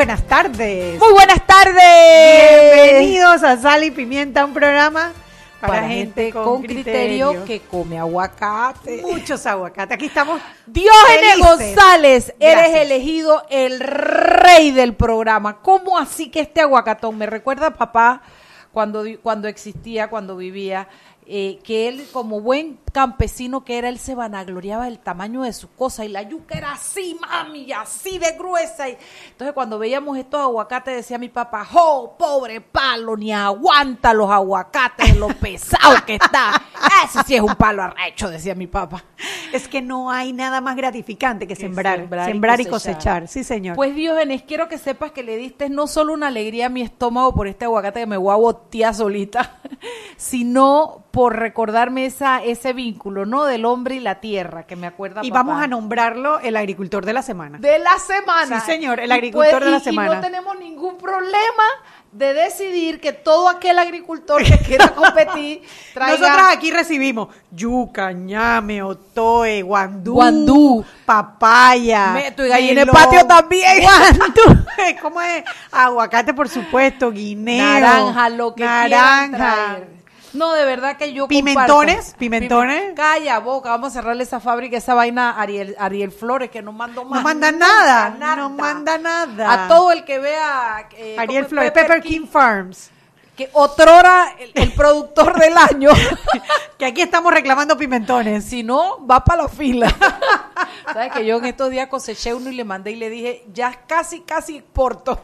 buenas tardes. Muy buenas tardes. Bienvenidos a Sal y Pimienta, un programa para gente con criterio que come aguacate. Muchos aguacates. Aquí estamos. Diógenes felices. González, eres Gracias. elegido el rey del programa. ¿Cómo así que este aguacatón? Me recuerda a papá cuando existía, cuando vivía, que él, como buen campesino que era, él se vanagloriaba del tamaño de su cosa, y la yuca era así, mami, así de gruesa. Y entonces cuando veíamos estos aguacates decía mi papá, ¡oh, pobre palo, ni aguanta los aguacates de lo pesado que está! Ese sí es un palo arrecho, decía mi papá. Es que no hay nada más gratificante que sembrar y cosechar. Sí, señor. Pues Diógenes, quiero que sepas que le diste no solo una alegría a mi estómago por este aguacate que me voy a botear solita, sino por recordarme ese vínculo, ¿no? Del hombre y la tierra, que me acuerda Y papá. vamos a nombrarlo el agricultor de la semana. De la semana. Sí, señor, el agricultor de la semana. Y no tenemos ningún problema de decidir que todo aquel agricultor que quiera competir traiga... Nosotras aquí recibimos yuca, ñame, otoe, guandú, papaya, meto y gallina de patio también. Guandú. ¿Cómo es? Aguacate, por supuesto, guineo, naranja, lo que quieran traer. No, de verdad que yo ¿Pimentones? comparto. Calla boca, vamos a cerrarle esa fábrica, esa vaina Ariel Flores, que no mandó más. No manda nada, no manda nada. A todo el que vea... Ariel Flores, Pepper King Farms. Que otrora el productor del año. Que aquí estamos reclamando pimentones. Si no, va para la fila. ¿Sabes que yo en estos días coseché uno y le mandé y le dije, ya casi exporto?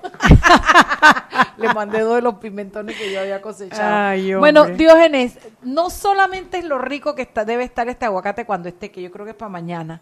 Le mandé 2 de los pimentones que yo había cosechado. Ay, bueno, Diógenes, no solamente es lo rico que debe estar este aguacate cuando esté, que yo creo que es para mañana,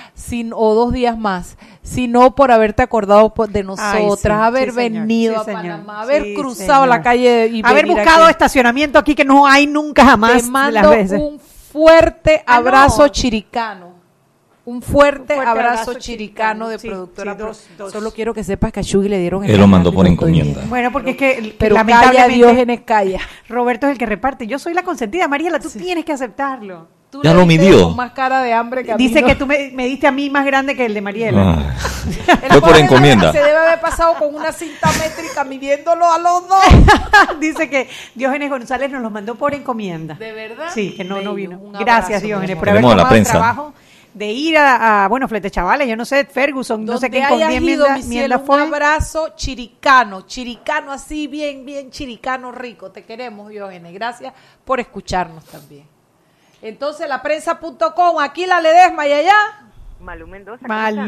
o 2 días más, sino por haberte acordado de nosotras, haber venido a Panamá, haber cruzado la calle y haber buscado aquí estacionamiento aquí que no hay nunca jamás. Te mando un fuerte abrazo chiricano. Un fuerte abrazo chiricano de productora. Sí, dos. Solo quiero que sepas que a Shugi le dieron... Él lo mandó por encomienda. Bueno, porque es que pero lamentablemente... calla, Diógenes, calla. Roberto es el que reparte. Yo soy la consentida, Mariela, tú tienes que aceptarlo. Tú ya lo midió. Con más cara de hambre que a Dice mí, que tú me diste a mí más grande que el de Mariela. Fue por encomienda. Se debe haber pasado con una cinta métrica midiéndolo a los dos. Dice que Diógenes González nos lo mandó por encomienda. ¿De verdad? Sí, que no vino. Un abrazo, gracias, Diógenes, por haber Tenemos tomado la el prensa. trabajo de ir a Flete Chavales, yo no sé, Ferguson, no sé qué encomienda fue. Un abrazo chiricano así, bien chiricano, rico. Te queremos, Diógenes. Gracias por escucharnos también. Entonces, laprensa.com, aquí la Ledesma y allá. Malú Mendoza.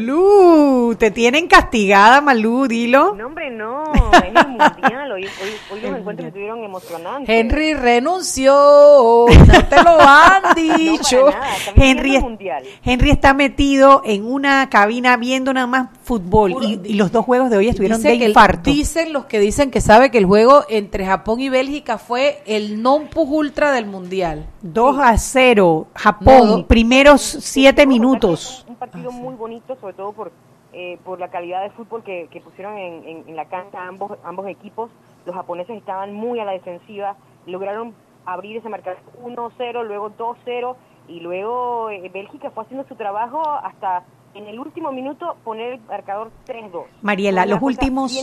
Malú, te tienen castigada, Malú, dilo. No, hombre, no, es el mundial. Hoy los encuentros estuvieron emocionantes. Henry renunció, no te lo han dicho. No, para nada. Henry está metido en una cabina viendo nada más fútbol y los 2 juegos de hoy estuvieron de infarto. Dicen los que dicen que sabe que el juego entre Japón y Bélgica fue el non plus ultra del mundial. 2-0, Japón, primeros 7 minutos. Un partido muy bonito, sobre todo por la calidad de fútbol que pusieron en la cancha ambos equipos. Los japoneses estaban muy a la defensiva, lograron abrir ese marcador 1-0, luego 2-0, y luego Bélgica fue haciendo su trabajo hasta en el último minuto poner el marcador 3-2. Mariela, los últimos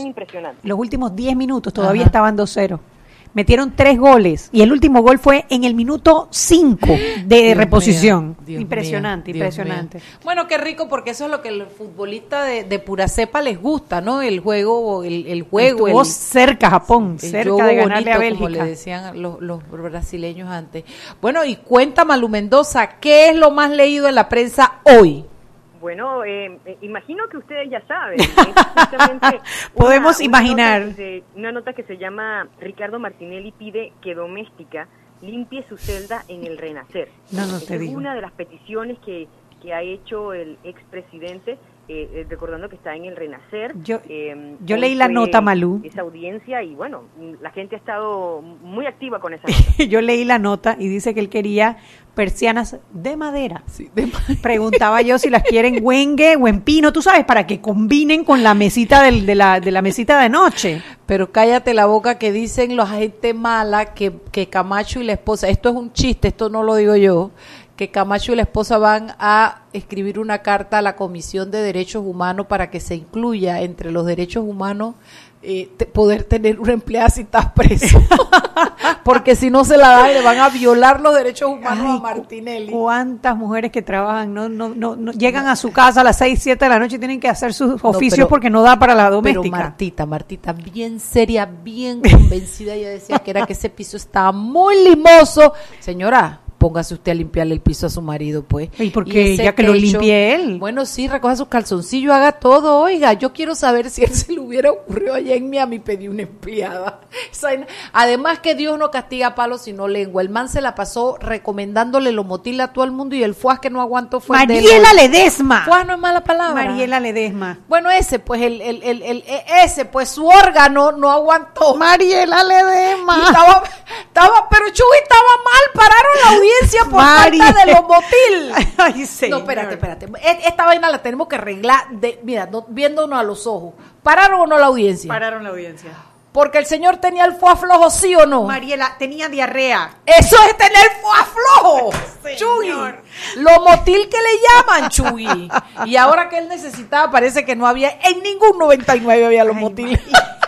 10 minutos todavía estaban 2-0. Metieron 3 goles y el último gol fue en el minuto 5 de reposición. Impresionante. Bueno, qué rico, porque eso es lo que el futbolista de pura cepa les gusta, ¿no? El juego. Estuvo cerca Japón, cerca de ganarle a Bélgica. Como le decían los brasileños antes. Bueno, y cuenta, Malú Mendoza, ¿qué es lo más leído en la prensa hoy? Bueno, imagino que ustedes ya saben. Es justamente podemos imaginar. Una nota que se llama Ricardo Martinelli pide que Doméstica limpie su celda en el Renacer. Es una de las peticiones que ha hecho el expresidente, recordando que está en el Renacer. Yo leí la nota, Malú. Esa audiencia, y bueno, la gente ha estado muy activa con esa nota. Yo leí la nota y dice que él quería persianas de madera. Sí, preguntaba yo si las quieren güengue o en pino, tú sabes, para que combinen con la mesita de la mesita de noche. Pero cállate la boca, que dicen la gente mala que Camacho y la esposa, esto es un chiste, esto no lo digo yo, que Camacho y la esposa van a escribir una carta a la Comisión de Derechos Humanos para que se incluya entre los derechos humanos poder tener una empleada si estás preso. Porque si no se la dan, le van a violar los derechos humanos a Martinelli. ¿Cuántas mujeres que trabajan no llegan a su casa a las 6, 7 de la noche y tienen que hacer sus oficios porque no da para la doméstica? Pero Martita, bien seria, bien convencida, ella decía que era que ese piso estaba muy limoso. Señora, póngase usted a limpiarle el piso a su marido, pues. ¿Y por qué? Ya que lo limpie él. Bueno, sí, recoja sus calzoncillos, haga todo. Oiga, yo quiero saber si a él se le hubiera ocurrido allá en Miami pedir una empleada. Además que Dios no castiga a palos sino lengua. El man se la pasó recomendándole lo motil a todo el mundo y el fuaz que no aguantó fue Mariela Ledesma. Fuaz no es mala palabra. Mariela Ledesma. Bueno, ese, pues, pues su órgano no aguantó. Mariela Ledesma. Pero Chuy estaba mal, pararon la audiencia por falta de lo motil. Ay, señor. No, espérate. Esta vaina la tenemos que arreglar, viéndonos a los ojos. ¿Pararon o no la audiencia? Pararon la audiencia. Porque el señor tenía el foie flojo, ¿sí o no? Mariela, tenía diarrea. ¡Eso es tener foie flojo! Chuy, lo motil que le llaman, Chuy. Y ahora que él necesitaba, parece que no había, en ningún 99 había lo motil.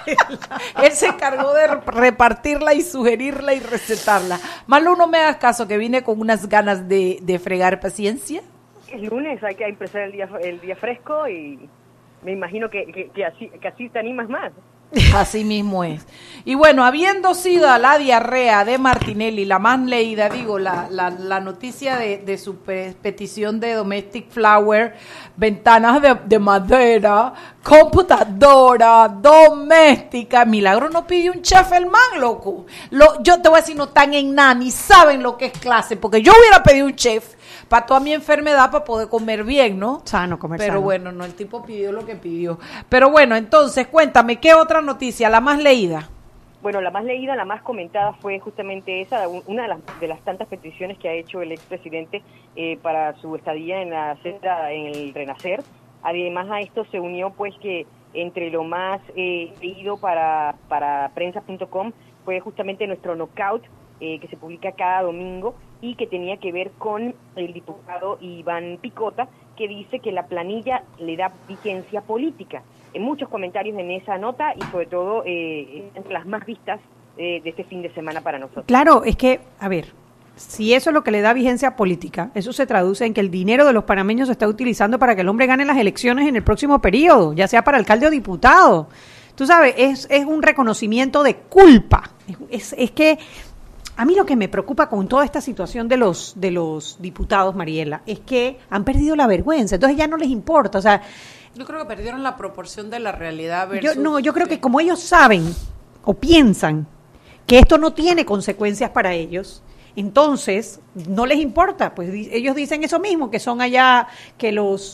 Él se encargó de repartirla y sugerirla y recetarla. Malu, no me hagas caso, que vine con unas ganas de fregar. Paciencia. Es lunes, hay que empezar el día fresco y me imagino que así te animas más. Así mismo es. Y bueno, habiendo sido a la diarrea de Martinelli la más leída, la noticia de su petición de domestic flower, ventanas de madera, computadora, doméstica, milagro no pidió un chef el man, loco. Yo te voy a decir, no están en nada, ni saben lo que es clase, porque yo hubiera pedido un chef para toda mi enfermedad, para poder comer bien, ¿no? Sano, comer Pero sano. bueno, no, el tipo pidió lo que pidió. Pero bueno, entonces, cuéntame, ¿qué otra noticia, la más leída? Bueno, la más leída, la más comentada fue justamente esa, una de las tantas peticiones que ha hecho el expresidente para su estadía en la celda, en el Renacer. Además a esto se unió pues que entre lo más leído para prensa.com fue justamente nuestro knockout, que se publica cada domingo y que tenía que ver con el diputado Iván Picota, que dice que la planilla le da vigencia política. Muchos comentarios en esa nota y sobre todo entre las más vistas de este fin de semana para nosotros. Claro, es que, a ver, si eso es lo que le da vigencia política, eso se traduce en que el dinero de los panameños se está utilizando para que el hombre gane las elecciones en el próximo periodo, ya sea para alcalde o diputado. Tú sabes, es un reconocimiento de culpa. Es que a mí lo que me preocupa con toda esta situación de los diputados, Mariela, es que han perdido la vergüenza, entonces ya no les importa, o sea... Yo creo que perdieron la proporción de la realidad versus... Yo creo que como ellos saben o piensan que esto no tiene consecuencias para ellos, entonces no les importa, pues ellos dicen eso mismo, que son allá, que los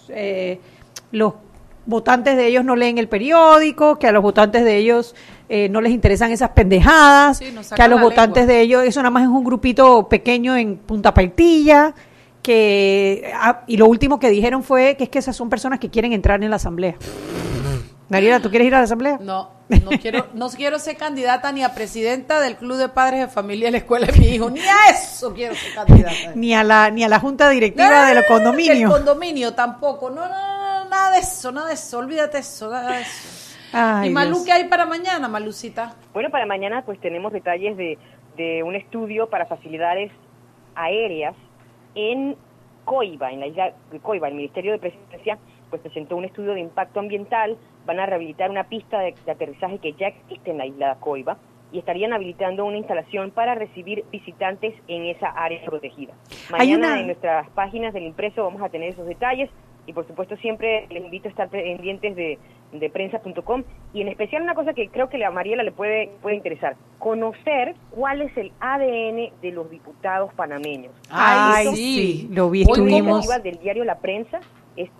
votantes de ellos no leen el periódico, que a los votantes de ellos no les interesan esas pendejadas, sí, que a los votantes de ellos eso nada más es un grupito pequeño en Punta Paitilla, y lo último que dijeron fue que es que esas son personas que quieren entrar en la asamblea. Mariela, ¿tú quieres ir a la asamblea? No quiero ser candidata ni a presidenta del club de padres de familia de la escuela de mi hijo, ni a eso quiero ser candidata. ni a la junta directiva de los condominios. El condominio tampoco, no, nada de eso, olvídate eso, nada de eso. Ay, ¿y Malú Dios. qué hay para mañana, Malucita? Bueno, para mañana pues tenemos detalles de un estudio para facilidades aéreas en Coiba, en la isla de Coiba. El Ministerio de Presidencia pues presentó un estudio de impacto ambiental, van a rehabilitar una pista de aterrizaje que ya existe en la isla de Coiba y estarían habilitando una instalación para recibir visitantes en esa área protegida. Mañana en nuestras páginas del impreso vamos a tener esos detalles y por supuesto siempre les invito a estar pendientes de prensa.com y en especial una cosa que creo que a Mariela le puede interesar, conocer cuál es el ADN de los diputados panameños. Ay, sí, lo vi, estuvimos. Del diario La Prensa es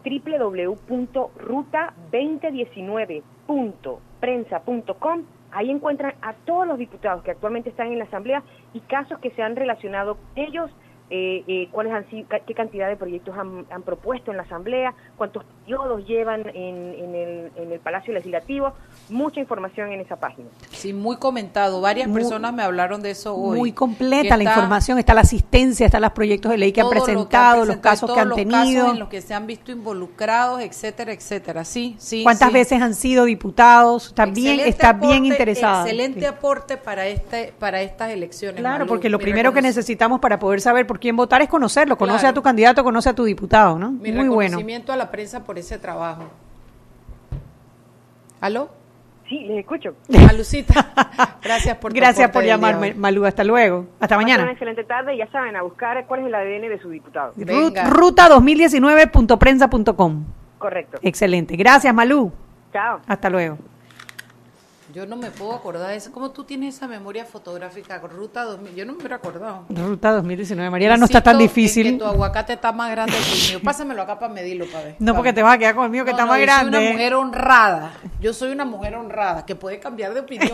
www.ruta2019.prensa.com. Ahí encuentran a todos los diputados que actualmente están en la Asamblea y casos que se han relacionado con ellos cuáles han sido, qué cantidad de proyectos han propuesto en la Asamblea, cuántos periodos llevan en el Palacio Legislativo, mucha información en esa página. Sí, muy comentado, varias personas me hablaron de eso hoy. Muy completa la información, está la asistencia, están los proyectos de ley que han presentado, los casos que han tenido. Casos en los que se han visto involucrados, etcétera, etcétera. Sí. ¿Cuántas veces han sido diputados? También está bien interesada. Excelente aporte para estas elecciones. Claro, porque lo primero que necesitamos para poder saber por quién votar es conocerlo, conoce a tu candidato, conoce a tu diputado, ¿no? Mi reconocimiento a la prensa por ese trabajo. ¿Aló? Sí, les escucho. Malucita, gracias por llamarme, Malú, hasta luego, hasta mañana. Una excelente tarde, ya saben, a buscar cuál es el ADN de su diputado. Ruta2019.prensa.com. Correcto. Excelente, gracias Malú. Chao. Hasta luego. Yo no me puedo acordar de eso. ¿Cómo tú tienes esa memoria fotográfica? Ruta 2000. Yo no me hubiera acordado. Ruta 2019. Mariela, no está tan difícil. Que tu aguacate está más grande que el mío. Pásamelo acá para medirlo, para ver. No, porque te vas a quedar con el mío que está más grande. Yo soy una mujer honrada. Yo soy una mujer honrada que puede cambiar de opinión.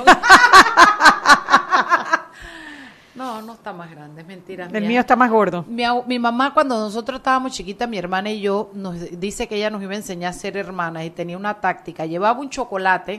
No está más grande, es mentira. El mío está más gordo. Mi mamá, cuando nosotros estábamos chiquitas, mi hermana y yo, nos dice que ella nos iba a enseñar a ser hermanas y tenía una táctica. Llevaba un chocolate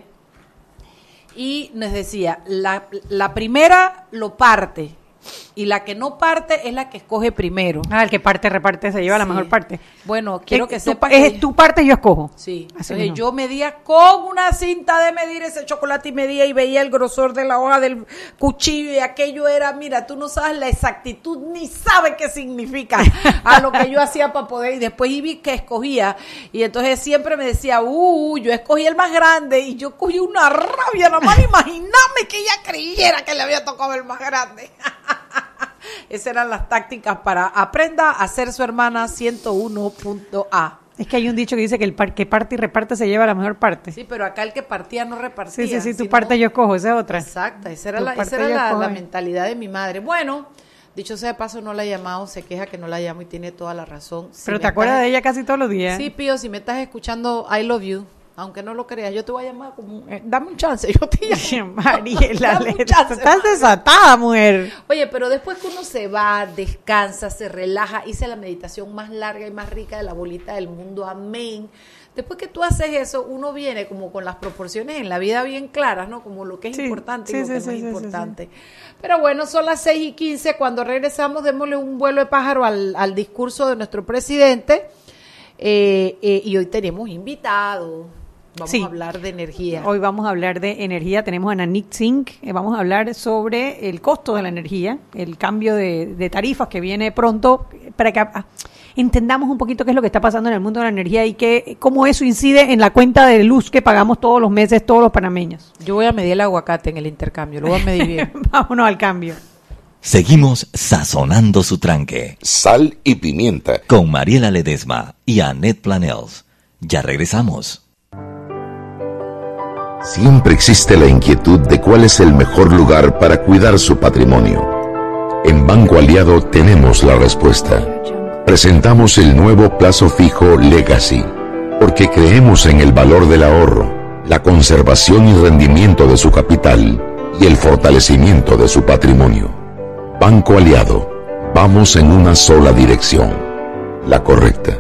y nos decía, la primera lo parte y la que no parte es la que escoge primero. El que parte, reparte, se lleva la mejor parte. Bueno, quiero que sepas que... tu parte yo escojo. Sí, entonces yo medía con una cinta de medir ese chocolate y medía y veía el grosor de la hoja del cuchillo y aquello era, mira, tú no sabes la exactitud ni sabes qué significa a lo que yo hacía para poder, y después vi que escogía y entonces siempre me decía, yo escogí el más grande y yo cogí una rabia, nada más imaginarme que ella creyera que le había tocado el más grande. Esas eran las tácticas para aprenda a ser su hermana 101.a. Es que hay un dicho que dice que el que parte y reparte se lleva la mejor parte. Sí, pero acá el que partía no repartía. Sí, tu parte yo escojo, esa es otra. Exacto, esa era la mentalidad de mi madre. Bueno, dicho sea de paso, no la he llamado, se queja que no la llamo y tiene toda la razón. Pero te acuerdas de ella casi todos los días. Sí, Pío, si me estás escuchando, I love you. Aunque no lo creas, yo te voy a llamar como... dame un chance, yo te llamo. Mariela, estás desatada, mujer. Oye, pero después que uno se va, descansa, se relaja, hice la meditación más larga y más rica de la bolita del mundo, amén. Después que tú haces eso, uno viene como con las proporciones en la vida bien claras, ¿no? Como lo que es importante y lo que no es importante. Pero bueno, son las 6:15. Cuando regresamos, démosle un vuelo de pájaro al discurso de nuestro presidente. Y hoy tenemos invitados. Vamos a hablar de energía. Hoy vamos a hablar de energía. Tenemos a Nanik Singh. Vamos a hablar sobre el costo de la energía, el cambio de tarifas que viene pronto, para que entendamos un poquito qué es lo que está pasando en el mundo de la energía y cómo eso incide en la cuenta de luz que pagamos todos los meses, todos los panameños. Yo voy a medir el aguacate en el intercambio, lo voy a medir bien. Vámonos al cambio. Seguimos sazonando su tranque. Sal y pimienta. Con Mariela Ledesma y Annette Planels. Ya regresamos. Siempre existe la inquietud de cuál es el mejor lugar para cuidar su patrimonio. En Banco Aliado tenemos la respuesta. Presentamos el nuevo plazo fijo Legacy, porque creemos en el valor del ahorro, la conservación y rendimiento de su capital y el fortalecimiento de su patrimonio. Banco Aliado, vamos en una sola dirección, la correcta.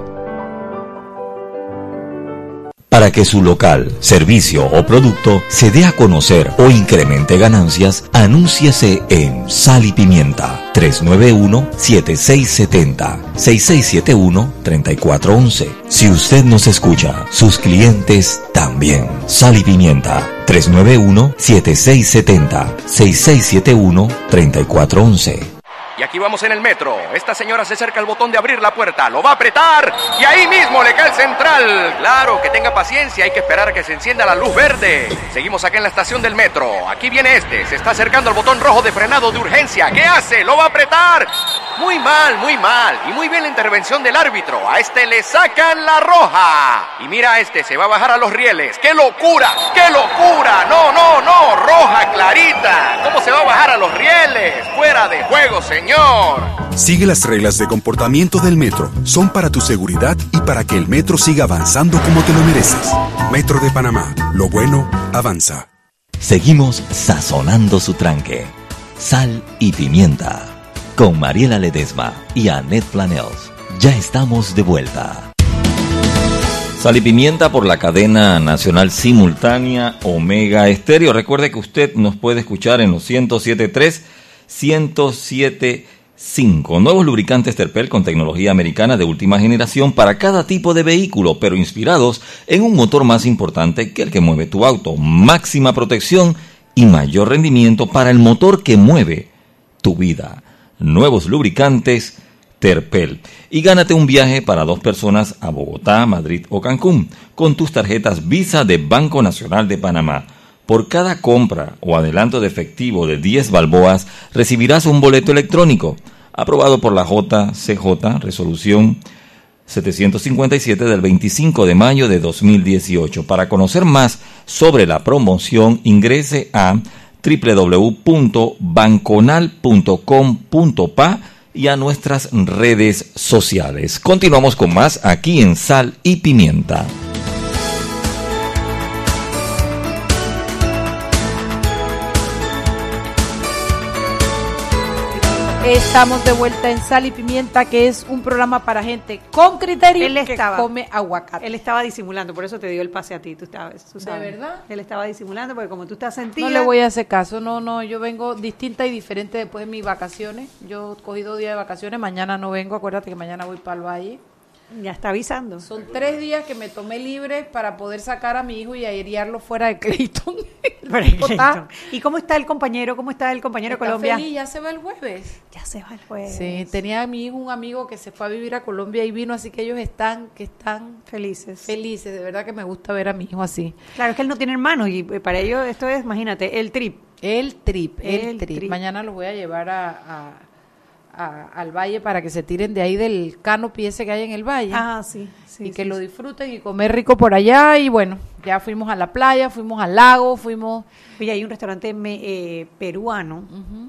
Para que su local, servicio o producto se dé a conocer o incremente ganancias, anúnciese en Sal y Pimienta 391-7670-6671-3411. Si usted nos escucha, sus clientes también. Sal y Pimienta 391-7670-6671-3411. Y aquí vamos en el metro. Esta señora se acerca al botón de abrir la puerta. Lo va a apretar y ahí mismo le cae el central. Claro, que tenga paciencia. Hay que esperar a que se encienda la luz verde. Seguimos acá en la estación del metro. Aquí viene se está acercando al botón rojo de frenado de urgencia. ¿Qué hace? ¡Lo va a apretar! Muy mal, muy mal. Y muy bien la intervención del árbitro. A le sacan la roja. Y mira, se va a bajar a los rieles. ¡Qué locura! ¡Qué locura! No. Roja clarita. ¿Cómo se va a bajar a los rieles? Fuera de juego, señor. Sigue las reglas de comportamiento del metro. Son para tu seguridad y para que el metro siga avanzando como te lo mereces. Metro de Panamá. Lo bueno avanza. Seguimos sazonando su tranque. Sal y pimienta. con Mariela Ledesma y Annette Planels. Ya estamos de vuelta. Sal y Pimienta por la cadena nacional simultánea Omega Estéreo. Recuerde que usted nos puede escuchar en los 107.3, 107.5. Nuevos lubricantes Terpel con tecnología americana de última generación para cada tipo de vehículo, pero inspirados en un motor más importante que el que mueve tu auto. Máxima protección y mayor rendimiento para el motor que mueve tu vida. Nuevos lubricantes Terpel. Y gánate un viaje para 2 personas a Bogotá, Madrid o Cancún con tus tarjetas Visa de Banco Nacional de Panamá. Por cada compra o adelanto de efectivo de 10 balboas recibirás un boleto electrónico aprobado por la JCJ, resolución 757 del 25 de mayo de 2018. Para conocer más sobre la promoción, ingrese a www.banconal.com.pa y a nuestras redes sociales. Continuamos con más aquí en Sal y Pimienta. Estamos de vuelta en Sal y Pimienta, que es un programa para gente con criterio que come aguacate. Él estaba disimulando, por eso te dio el pase a ti, tú sabes. ¿De verdad? Él estaba disimulando porque como tú estás sentida... No le voy a hacer caso, no, yo vengo distinta y diferente después de mis vacaciones. Yo cogí 2 días de vacaciones, mañana no vengo, acuérdate que mañana voy para el valle. Ya está avisando. Son 3 días que me tomé libres para poder sacar a mi hijo y airearlo fuera de Clayton. ¿Y cómo está el compañero? ¿Cómo está el compañero de Colombia? Feliz, ya se va el jueves. Ya se va el jueves. Sí, tenía a mi hijo un amigo que se fue a vivir a Colombia y vino, así que ellos están felices. Felices, de verdad que me gusta ver a mi hijo así. Claro, es que él no tiene hermanos y para ellos esto es, imagínate, el trip. El trip. Mañana los voy a llevar al valle para que se tiren de ahí del canopy ese que hay en el valle. Ah, sí. Y que lo disfruten y comer rico por allá. Y bueno, ya fuimos a la playa, fuimos al lago, Oye, hay un restaurante peruano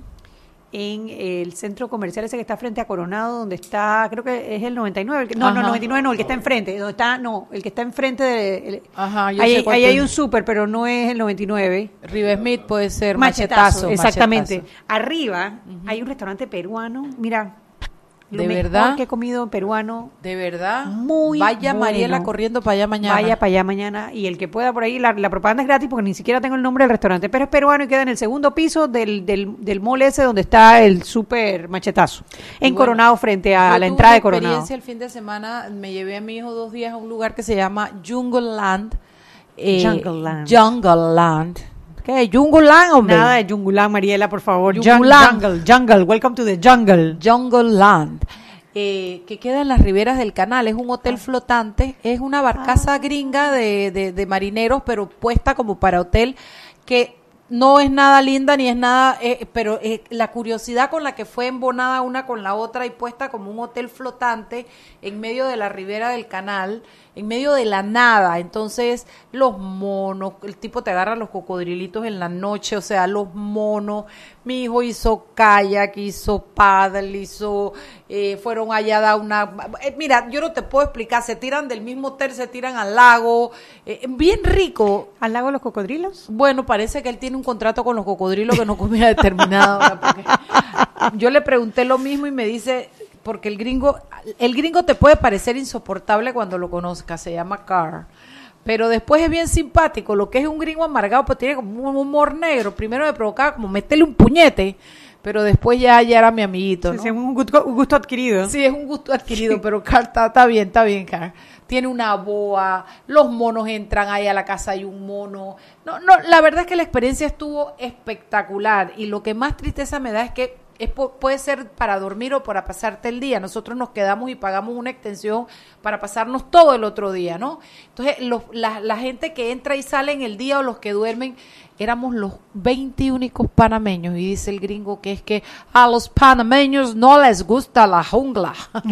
en el centro comercial ese que está frente a Coronado, donde está, creo que es el 99. No, 99 no, el que está enfrente. El que está enfrente de... ahí hay un súper, pero no es el 99. River Smith puede ser Machetazo. Exactamente. Arriba hay un restaurante peruano, mira... Lo ¿De mejor verdad? que he comido peruano. ¿De verdad? Muy Vaya bueno. Mariela corriendo para allá mañana. Vaya para allá mañana. Y el que pueda por ahí, la propaganda es gratis porque ni siquiera tengo el nombre del restaurante, pero es peruano y queda en el segundo piso del mall ese donde está el súper Machetazo. En Coronado, frente a la entrada de Coronado. Experiencia el fin de semana, me llevé a mi hijo 2 días a un lugar que se llama Jungle Land. Jungle Land. ¿Qué? ¿Jungle Land, hombre? Nada de Jungle Land, Mariela, por favor. Jungle. Welcome to the jungle. Jungle Land. Que queda en las riberas del canal. Es un hotel flotante. Es una barcaza gringa de marineros, pero puesta como para hotel, que no es nada linda ni es nada, pero la curiosidad con la que fue embonada una con la otra y puesta como un hotel flotante en medio de la ribera del canal, en medio de la nada. Entonces los monos, el tipo te agarra los cocodrilitos en la noche, o sea, los monos. Mi hijo hizo kayak, hizo paddle, fueron allá a dar una... mira, yo no te puedo explicar, se tiran del mismo hotel, se tiran al lago, bien rico. ¿Al lago de los cocodrilos? Bueno, parece que él tiene un contrato con los cocodrilos que no comía determinada hora, porque yo le pregunté lo mismo y me dice, porque el gringo te puede parecer insoportable cuando lo conozcas, se llama Carl. Pero después es bien simpático, lo que es un gringo amargado, pues tiene como un humor negro. Primero me provocaba como meterle un puñete, pero después ya era mi amiguito, ¿no? Sí, es un gusto adquirido. Sí, es un gusto adquirido, pero Carl está bien, Carl. Tiene una boa, los monos entran ahí a la casa, hay un mono. No, la verdad es que la experiencia estuvo espectacular y lo que más tristeza me da es que puede ser para dormir o para pasarte el día. Nosotros nos quedamos y pagamos una extensión para pasarnos todo el otro día, ¿no? Entonces, la gente que entra y sale en el día o los que duermen, éramos los 20 únicos panameños. Y dice el gringo que es que a los panameños no les gusta la jungla.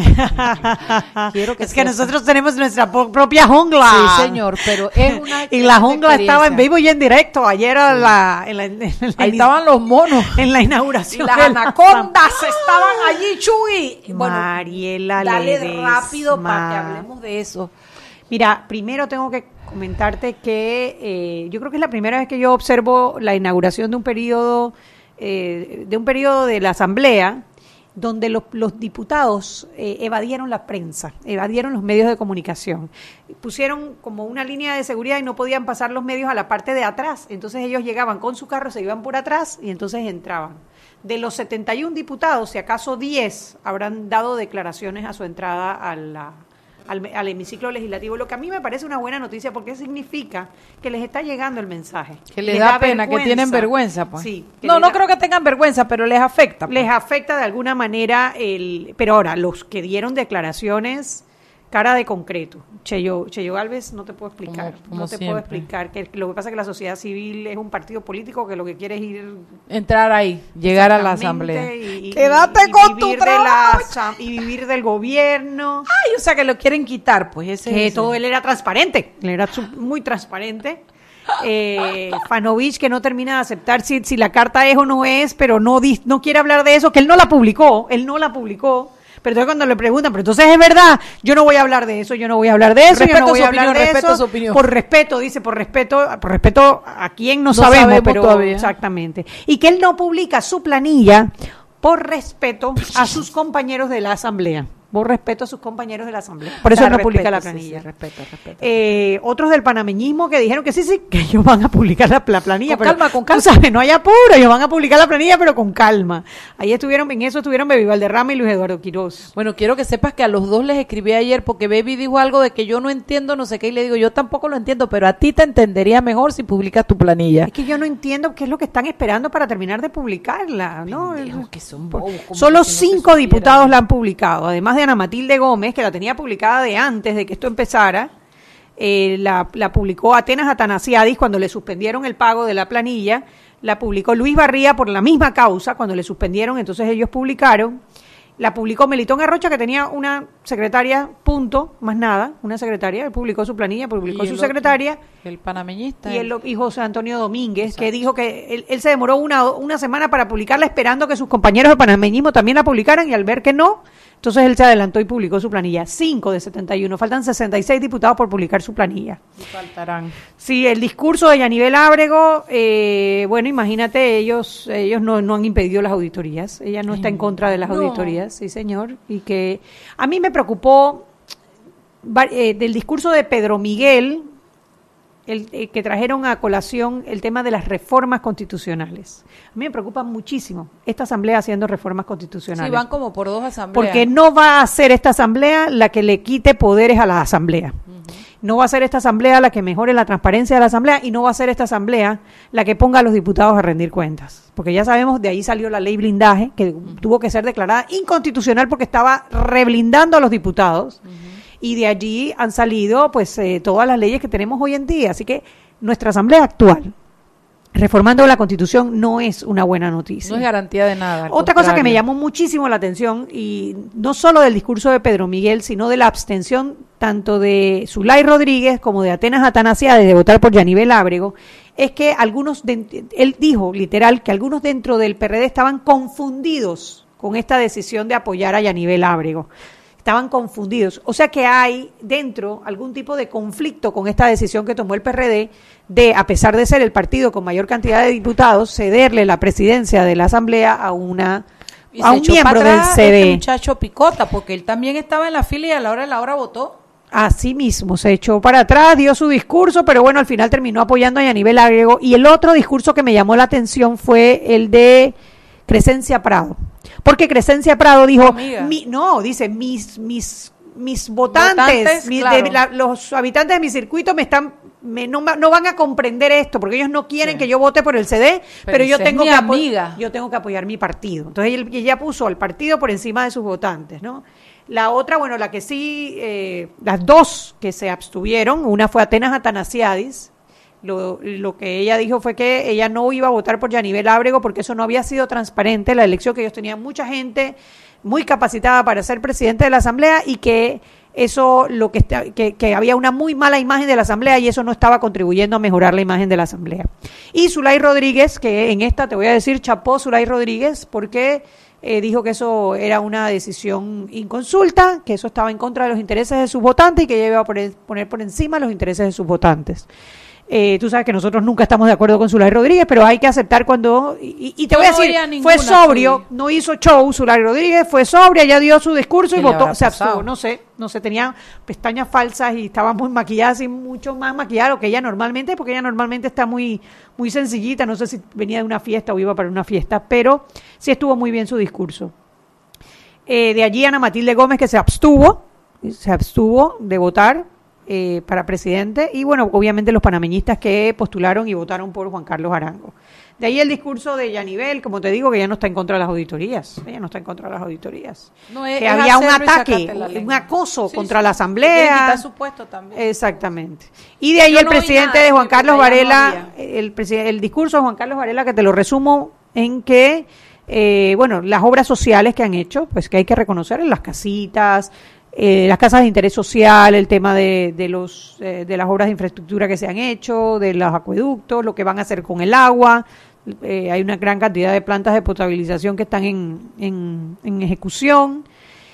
Es que nosotros tenemos nuestra propia jungla. Sí, señor, pero es una y la jungla estaba en vivo y en directo. Ayer ahí estaban los monos. En la inauguración. Y las anacondas estaban allí, Chuy. Bueno, Mariela dale Ledesma. rápido para que hablemos de eso. Mira, primero tengo que comentarte que yo creo que es la primera vez que yo observo la inauguración de un periodo de la Asamblea donde los diputados evadieron la prensa, evadieron los medios de comunicación. Pusieron como una línea de seguridad y no podían pasar los medios a la parte de atrás. Entonces ellos llegaban con su carro, se iban por atrás y entonces entraban. De los 71 diputados, si acaso 10 habrán dado declaraciones a su entrada al hemiciclo legislativo, lo que a mí me parece una buena noticia porque significa que les está llegando el mensaje. Que les da pena, que tienen vergüenza, pues. Sí, no creo que tengan vergüenza, pero les afecta. Pues. Les afecta de alguna manera, pero ahora, los que dieron declaraciones, cara de concreto. Cheyo Gálvez, no te puedo explicar. Como siempre. Puedo explicar. Que lo que pasa es que la sociedad civil es un partido político que lo que quiere es entrar ahí, llegar a la asamblea. Quédate con tu trabajo. Y vivir del gobierno. Ay, o sea que lo quieren quitar, pues. Todo él era transparente. Él era muy transparente. Fanovich, que no termina de aceptar si la carta es o no es, pero no quiere hablar de eso, que él no la publicó. Pero entonces cuando le preguntan, pero entonces es verdad, yo no voy a hablar de eso, yo no voy a hablar de eso, yo no voy a hablar de eso. Su opinión. Por respeto a quien no sabemos, pero todavía. Exactamente. Y que él no publica su planilla por respeto a sus compañeros de la asamblea. Por respeto a sus compañeros de la asamblea. Por eso él no publica la planilla. Sí, respeto. Otros del panameñismo que dijeron que sí, que ellos van a publicar la planilla. Con calma. ¿Sabes? No hay apuro, ellos van a publicar la planilla, pero con calma. En eso estuvieron Baby Valderrama y Luis Eduardo Quiroz. Bueno, quiero que sepas que a los dos les escribí ayer porque Baby dijo algo de que yo no entiendo, no sé qué, y le digo, yo tampoco lo entiendo, pero a ti te entendería mejor si publicas tu planilla. Es que yo no entiendo qué es lo que están esperando para terminar de publicarla, ¿no? Pendejos, que son bobos, Solo 5 diputados la han publicado, además de Ana Matilde Gómez, que la tenía publicada de antes de que esto empezara. La publicó Atenas Atanasiadis cuando le suspendieron el pago de la planilla, la publicó Luis Barría por la misma causa cuando le suspendieron, entonces ellos publicaron, la publicó Melitón Arrocha, que tenía una secretaria, punto, más nada, una secretaria, publicó su planilla, publicó su secretaria. El panameñista. Y José Antonio Domínguez, exacto, que dijo que él se demoró una semana para publicarla esperando que sus compañeros de panameñismo también la publicaran, y al ver que no, entonces él se adelantó y publicó su planilla. 5 de 71, faltan 66 diputados por publicar su planilla. Y faltarán. Sí, el discurso de Yanivel Ábrego, bueno, imagínate, ellos no han impedido las auditorías, ella no está en contra de las auditorías, sí señor, y que a mí me preocupó del discurso de Pedro Miguel, que trajeron a colación el tema de las reformas constitucionales. A mí me preocupa muchísimo esta asamblea haciendo reformas constitucionales. Sí, van como por 2 asambleas. Porque no va a ser esta asamblea la que le quite poderes a la asamblea. No va a ser esta asamblea la que mejore la transparencia de la asamblea, y no va a ser esta asamblea la que ponga a los diputados a rendir cuentas. Porque ya sabemos, de ahí salió la ley blindaje, que tuvo que ser declarada inconstitucional porque estaba reblindando a los diputados. Y de allí han salido pues todas las leyes que tenemos hoy en día. Así que nuestra asamblea actual, reformando la Constitución, no es una buena noticia. No es garantía de nada. Otra cosa que me llamó muchísimo la atención, y no solo del discurso de Pedro Miguel, sino de la abstención tanto de Zulay Rodríguez como de Atenas Atanasiadis de votar por Yanivel Ábrego, es que él dijo literal que algunos dentro del PRD estaban confundidos con esta decisión de apoyar a Yanivel Ábrego. Estaban confundidos. O sea que hay dentro algún tipo de conflicto con esta decisión que tomó el PRD de, a pesar de ser el partido con mayor cantidad de diputados, cederle la presidencia de la Asamblea a un miembro del CD. Este muchacho Picota, porque él también estaba en la fila y a la hora votó. Así mismo, se echó para atrás, dio su discurso, pero bueno, al final terminó apoyando a Yanivel Ábrego. Y el otro discurso que me llamó la atención fue el de Crescencia Prado. Porque Crescencia Prado dijo, mis votantes, claro, los habitantes de mi circuito no van a comprender esto, porque ellos no quieren que yo vote por el CD, pero yo tengo que apoyar mi partido. Entonces ella puso al partido por encima de sus votantes, ¿no? La otra, bueno, la que sí, las dos que se abstuvieron, una fue Atenas Atanasiadis. Lo que ella dijo fue que ella no iba a votar por Yanivel Ábrego porque eso no había sido transparente, la elección, que ellos tenían mucha gente muy capacitada para ser presidente de la Asamblea, y que eso que había una muy mala imagen de la Asamblea, y eso no estaba contribuyendo a mejorar la imagen de la Asamblea. Y Zulay Rodríguez, que en esta te voy a decir, chapó Zulay Rodríguez, porque dijo que eso era una decisión inconsulta, que eso estaba en contra de los intereses de sus votantes y que ella iba a poner por encima los intereses de sus votantes. Tú sabes que nosotros nunca estamos de acuerdo con Zulay Rodríguez, pero hay que aceptar cuando... Y te voy a decir, fue sobrio, no hizo show Zulay Rodríguez, fue sobria, ya dio su discurso y votó, se abstuvo, no sé, tenía pestañas falsas y estaba muy maquillada, así mucho más maquillada lo que ella normalmente, porque ella normalmente está muy, muy sencillita, no sé si venía de una fiesta o iba para una fiesta, pero sí estuvo muy bien su discurso. De allí Ana Matilde Gómez, que se abstuvo de votar para presidente, y bueno, obviamente los panameñistas que postularon y votaron por Juan Carlos Arango. De ahí el discurso de Yanivel, como te digo, que ya no está en contra de las auditorías, que había un ataque, un acoso contra la Asamblea. Quitar su puesto también. Exactamente. Y de ahí el presidente de Juan Carlos Varela, el discurso de Juan Carlos Varela, que te lo resumo en que, las obras sociales que han hecho, pues que hay que reconocer en las casitas, las casas de interés social, el tema de las obras de infraestructura que se han hecho, de los acueductos, lo que van a hacer con el agua. Hay una gran cantidad de plantas de potabilización que están en ejecución.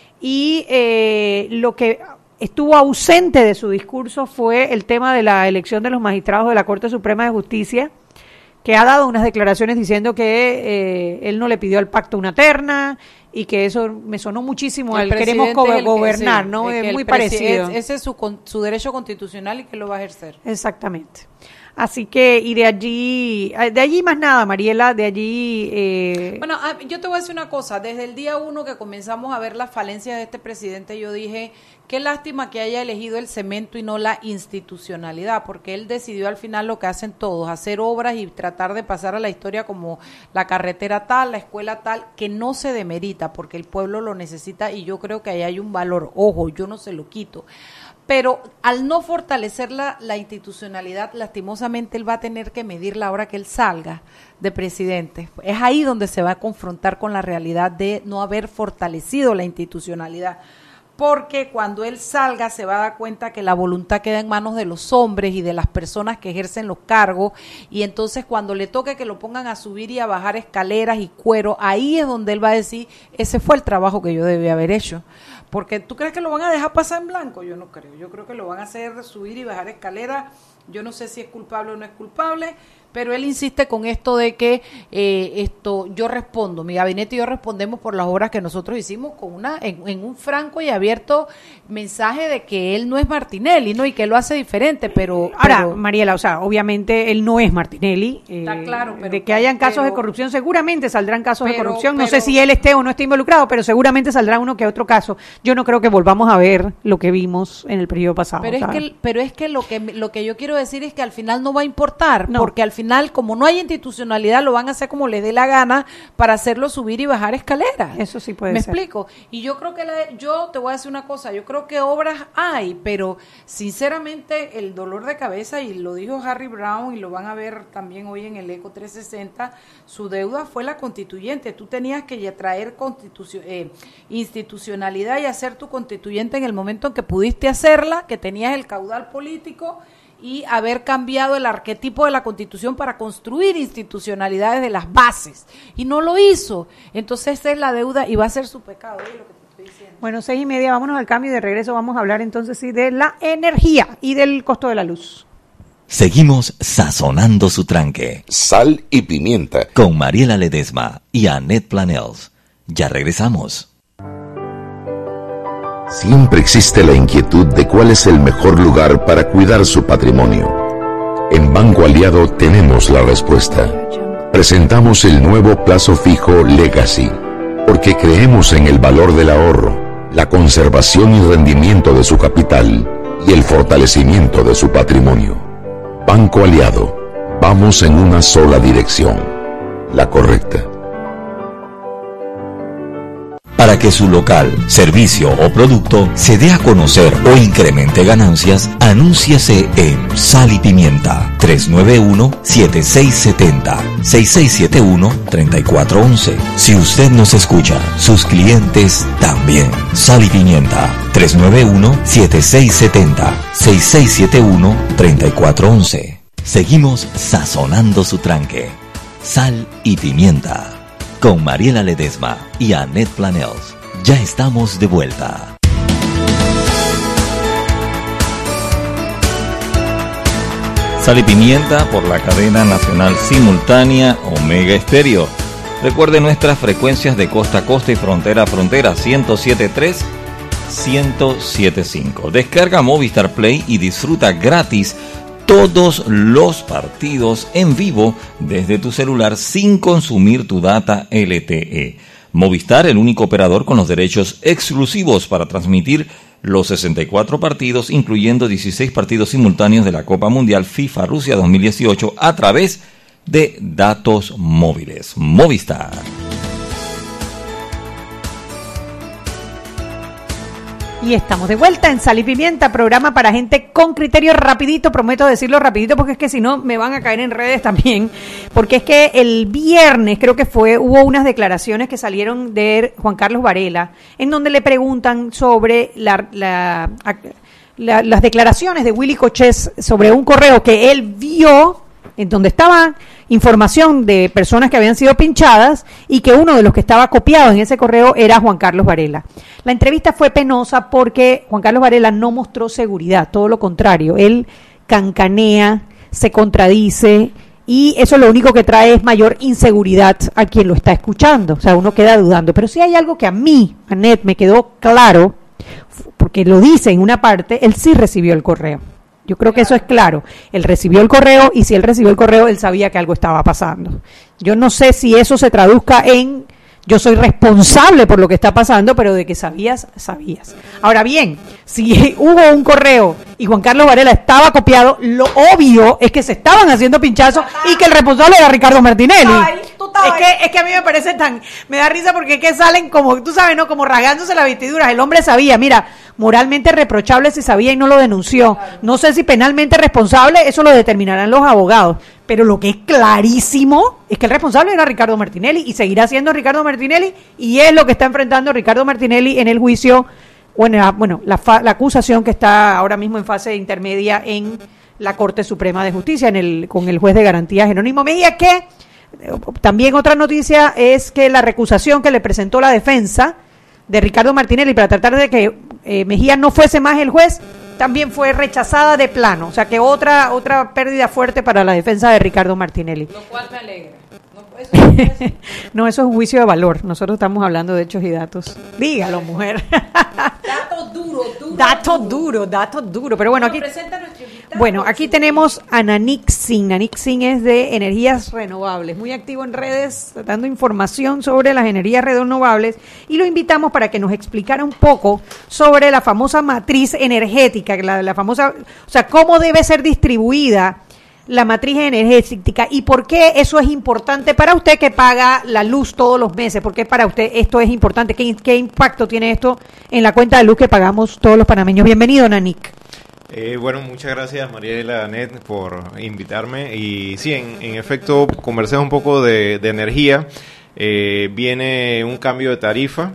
Y lo que estuvo ausente de su discurso fue el tema de la elección de los magistrados de la Corte Suprema de Justicia, que ha dado unas declaraciones diciendo que él no le pidió al pacto una terna, y que eso me sonó muchísimo al queremos gobernar, ¿no? Es muy parecido. Ese es su derecho constitucional y que lo va a ejercer. Exactamente. Así que, y de allí más nada, Mariela, de allí... Bueno, yo te voy a decir una cosa, desde el día 1 que comenzamos a ver las falencias de este presidente, yo dije, qué lástima que haya elegido el cemento y no la institucionalidad, porque él decidió al final lo que hacen todos, hacer obras y tratar de pasar a la historia como la carretera tal, la escuela tal, que no se demerita, porque el pueblo lo necesita y yo creo que ahí hay un valor, ojo, yo no se lo quito. Pero al no fortalecer la institucionalidad, lastimosamente él va a tener que medirla ahora que él salga de presidente. Es ahí donde se va a confrontar con la realidad de no haber fortalecido la institucionalidad. Porque cuando él salga se va a dar cuenta que la voluntad queda en manos de los hombres y de las personas que ejercen los cargos, y entonces cuando le toque que lo pongan a subir y a bajar escaleras y cuero, ahí es donde él va a decir, ese fue el trabajo que yo debí haber hecho. Porque ¿tú crees que lo van a dejar pasar en blanco? Yo no creo. Yo creo que lo van a hacer subir y bajar escaleras. Yo no sé si es culpable o no es culpable, pero él insiste con esto de que yo respondo, mi gabinete y yo respondemos por las obras que nosotros hicimos con en un franco y abierto mensaje de que él no es Martinelli, ¿no? Y que él lo hace diferente, pero... Ahora, Mariela, o sea, obviamente él no es Martinelli. Está claro, pero... De que hayan casos de corrupción, seguramente saldrán casos de corrupción. No sé si él esté o no esté involucrado, pero seguramente saldrá uno que otro caso. Yo no creo que volvamos a ver lo que vimos en el periodo pasado. Pero es que lo que yo quiero decir es que al final no va a importar, porque al final, como no hay institucionalidad, lo van a hacer como les dé la gana para hacerlo subir y bajar escaleras. Eso sí puede ser. ¿Me explico? Y yo creo que yo te voy a decir una cosa, yo creo que obras hay, pero sinceramente el dolor de cabeza, y lo dijo Harry Brown y lo van a ver también hoy en el Eco 360, su deuda fue la constituyente. Tú tenías que ya traer institucionalidad y hacer tu constituyente en el momento en que pudiste hacerla, que tenías el caudal político, y haber cambiado el arquetipo de la Constitución para construir institucionalidades de las bases. Y no lo hizo. Entonces esa es la deuda y va a ser su pecado. Es lo que te estoy diciendo. Bueno, 6:30, vámonos al cambio y de regreso vamos a hablar entonces sí de la energía y del costo de la luz. Seguimos sazonando su tranque. Sal y pimienta. Con Mariela Ledesma y Annette Planels. Ya regresamos. Siempre existe la inquietud de cuál es el mejor lugar para cuidar su patrimonio. En Banco Aliado tenemos la respuesta. Presentamos el nuevo plazo fijo Legacy, porque creemos en el valor del ahorro, la conservación y rendimiento de su capital y el fortalecimiento de su patrimonio. Banco Aliado, vamos en una sola dirección, la correcta. Para que su local, servicio o producto se dé a conocer o incremente ganancias, anúnciase en Sal y Pimienta 391-7670 6671-3411. Si usted nos escucha, sus clientes también. Sal y Pimienta 391-7670 6671-3411. Seguimos sazonando su tranque. Sal y Pimienta. Con Mariela Ledesma y Annette Planels. Ya estamos de vuelta. Sal y Pimienta por la cadena nacional simultánea Omega Estéreo. Recuerde nuestras frecuencias de costa a costa y frontera a frontera, 107.3, 107.5. Descarga Movistar Play y disfruta gratis todos los partidos en vivo desde tu celular sin consumir tu data LTE. Movistar, el único operador con los derechos exclusivos para transmitir los 64 partidos, incluyendo 16 partidos simultáneos de la Copa Mundial FIFA Rusia 2018 a través de datos móviles. Movistar. Y estamos de vuelta en Sal y Pimienta, programa para gente con criterio. Rapidito, prometo decirlo rapidito porque es que si no me van a caer en redes también, porque es que el viernes creo que hubo unas declaraciones que salieron de Juan Carlos Varela, en donde le preguntan sobre las declaraciones de Willy Cochés sobre un correo que él vio, en donde estaba información de personas que habían sido pinchadas y que uno de los que estaba copiado en ese correo era Juan Carlos Varela. La entrevista fue penosa porque Juan Carlos Varela no mostró seguridad, todo lo contrario, él cancanea, se contradice y eso lo único que trae es mayor inseguridad a quien lo está escuchando, o sea, uno queda dudando. Pero sí hay algo que a mí, Annette, me quedó claro, porque lo dice en una parte, él sí recibió el correo. Yo creo que eso es claro. Él recibió el correo y si él recibió el correo, él sabía que algo estaba pasando. Yo no sé si eso se traduzca en yo soy responsable por lo que está pasando, pero de que sabías, sabías. Ahora bien, si hubo un correo y Juan Carlos Varela estaba copiado, lo obvio es que se estaban haciendo pinchazos y que el responsable era Ricardo Martinelli. Es que a mí me parece me da risa porque es que salen como, tú sabes, ¿no? Como rasgándose las vestiduras. El hombre sabía, mira, moralmente reprochable si sabía y no lo denunció. No sé si penalmente responsable, eso lo determinarán los abogados. Pero lo que es clarísimo es que el responsable era Ricardo Martinelli y seguirá siendo Ricardo Martinelli y es lo que está enfrentando Ricardo Martinelli en el juicio, la acusación que está ahora mismo en fase intermedia en la Corte Suprema de Justicia con el juez de garantías Jerónimo Mejía, que también otra noticia es que la recusación que le presentó la defensa de Ricardo Martinelli para tratar de que Mejía no fuese más el juez, también fue rechazada de plano, o sea que otra pérdida fuerte para la defensa de Ricardo Martinelli. Lo cual me alegra. No, eso es un juicio de valor. Nosotros estamos hablando de hechos y datos. Dígalo, mujer. Datos duros. Pero bueno, aquí tenemos a Nanik Singh. Nanik Singh es de energías renovables, muy activo en redes, dando información sobre las energías renovables y lo invitamos para que nos explicara un poco sobre la famosa matriz energética, la famosa, o sea, cómo debe ser distribuida la matriz energética y por qué eso es importante para usted que paga la luz todos los meses. ¿Por qué para usted esto es importante? ¿Qué impacto tiene esto en la cuenta de luz que pagamos todos los panameños? Bienvenido, Nanik. Bueno, muchas gracias Mariela, Annette, por invitarme. Y sí, en efecto, conversé un poco de energía. Viene un cambio de tarifa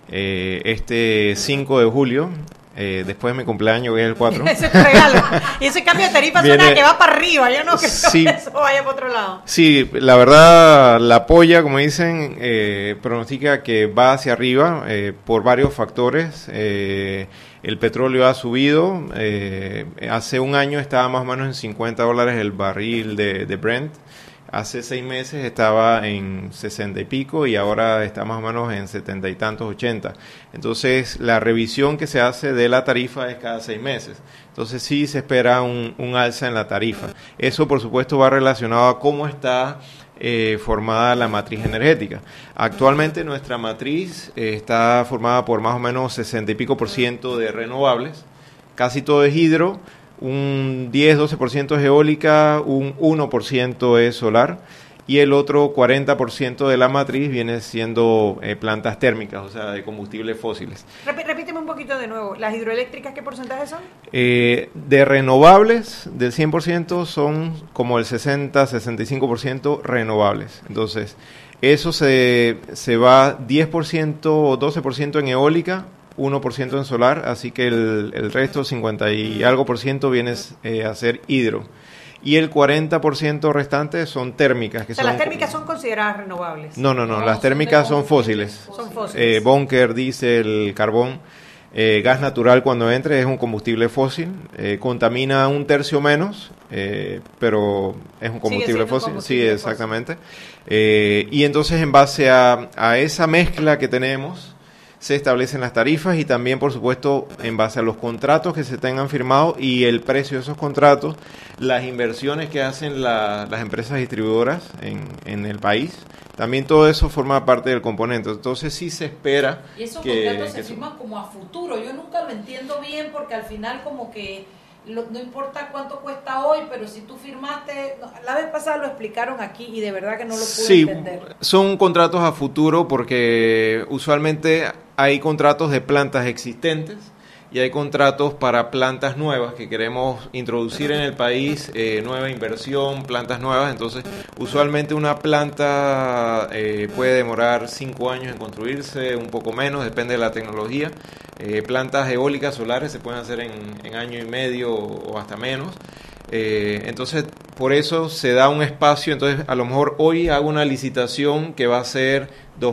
este 5 de julio. Después de mi cumpleaños, que es el 4. Ese es regalo. Y ese cambio de tarifa suena que va para arriba. Yo no creo que eso vaya para otro lado. Sí, la verdad, la polla, como dicen, pronostica que va hacia arriba por varios factores. El petróleo ha subido. Hace un año estaba más o menos en $50 el barril de Brent. Hace 6 meses estaba en 60 y pico y ahora está más o menos en 70 y tantos, 80. Entonces, la revisión que se hace de la tarifa es cada 6 meses. Entonces, sí se espera un alza en la tarifa. Eso, por supuesto, va relacionado a cómo está formada la matriz energética. Actualmente, nuestra matriz está formada por más o menos 60 y pico % de renovables. Casi todo es hidro. Un 10-12% es eólica, un 1% es solar y el otro 40% de la matriz viene siendo plantas térmicas, o sea, de combustibles fósiles. Repíteme un poquito de nuevo, ¿las hidroeléctricas qué porcentaje son? De renovables, del 100% son como el 60-65% renovables. Entonces, eso se va 10% o 12% en eólica, 1% en solar, así que el resto, 50 y algo % viene a ser hidro. Y el 40% restante son térmicas. Que las térmicas son consideradas renovables. No, las térmicas son fósiles. Son fósiles. Búnker, diésel, carbón. Gas natural cuando entre es un combustible fósil, contamina 1/3 menos, pero es un combustible fósil. Sí, exactamente. Y entonces en base a esa mezcla que tenemos, se establecen las tarifas y también, por supuesto, en base a los contratos que se tengan firmados y el precio de esos contratos, las inversiones que hacen las empresas distribuidoras en el país. También todo eso forma parte del componente. Entonces sí se espera y esos contratos se firman como a futuro. Yo nunca lo entiendo bien porque al final como que no importa cuánto cuesta hoy, pero si tú firmaste, la vez pasada lo explicaron aquí y de verdad que no lo pude entender. Sí, son contratos a futuro porque usualmente hay contratos de plantas existentes y hay contratos para plantas nuevas que queremos introducir en el país, nueva inversión, plantas nuevas. Entonces, usualmente una planta puede demorar 5 años en construirse, un poco menos, depende de la tecnología. Plantas eólicas solares se pueden hacer en año y medio o hasta menos. Entonces, por eso se da un espacio. Entonces, a lo mejor hoy hago una licitación que va a ser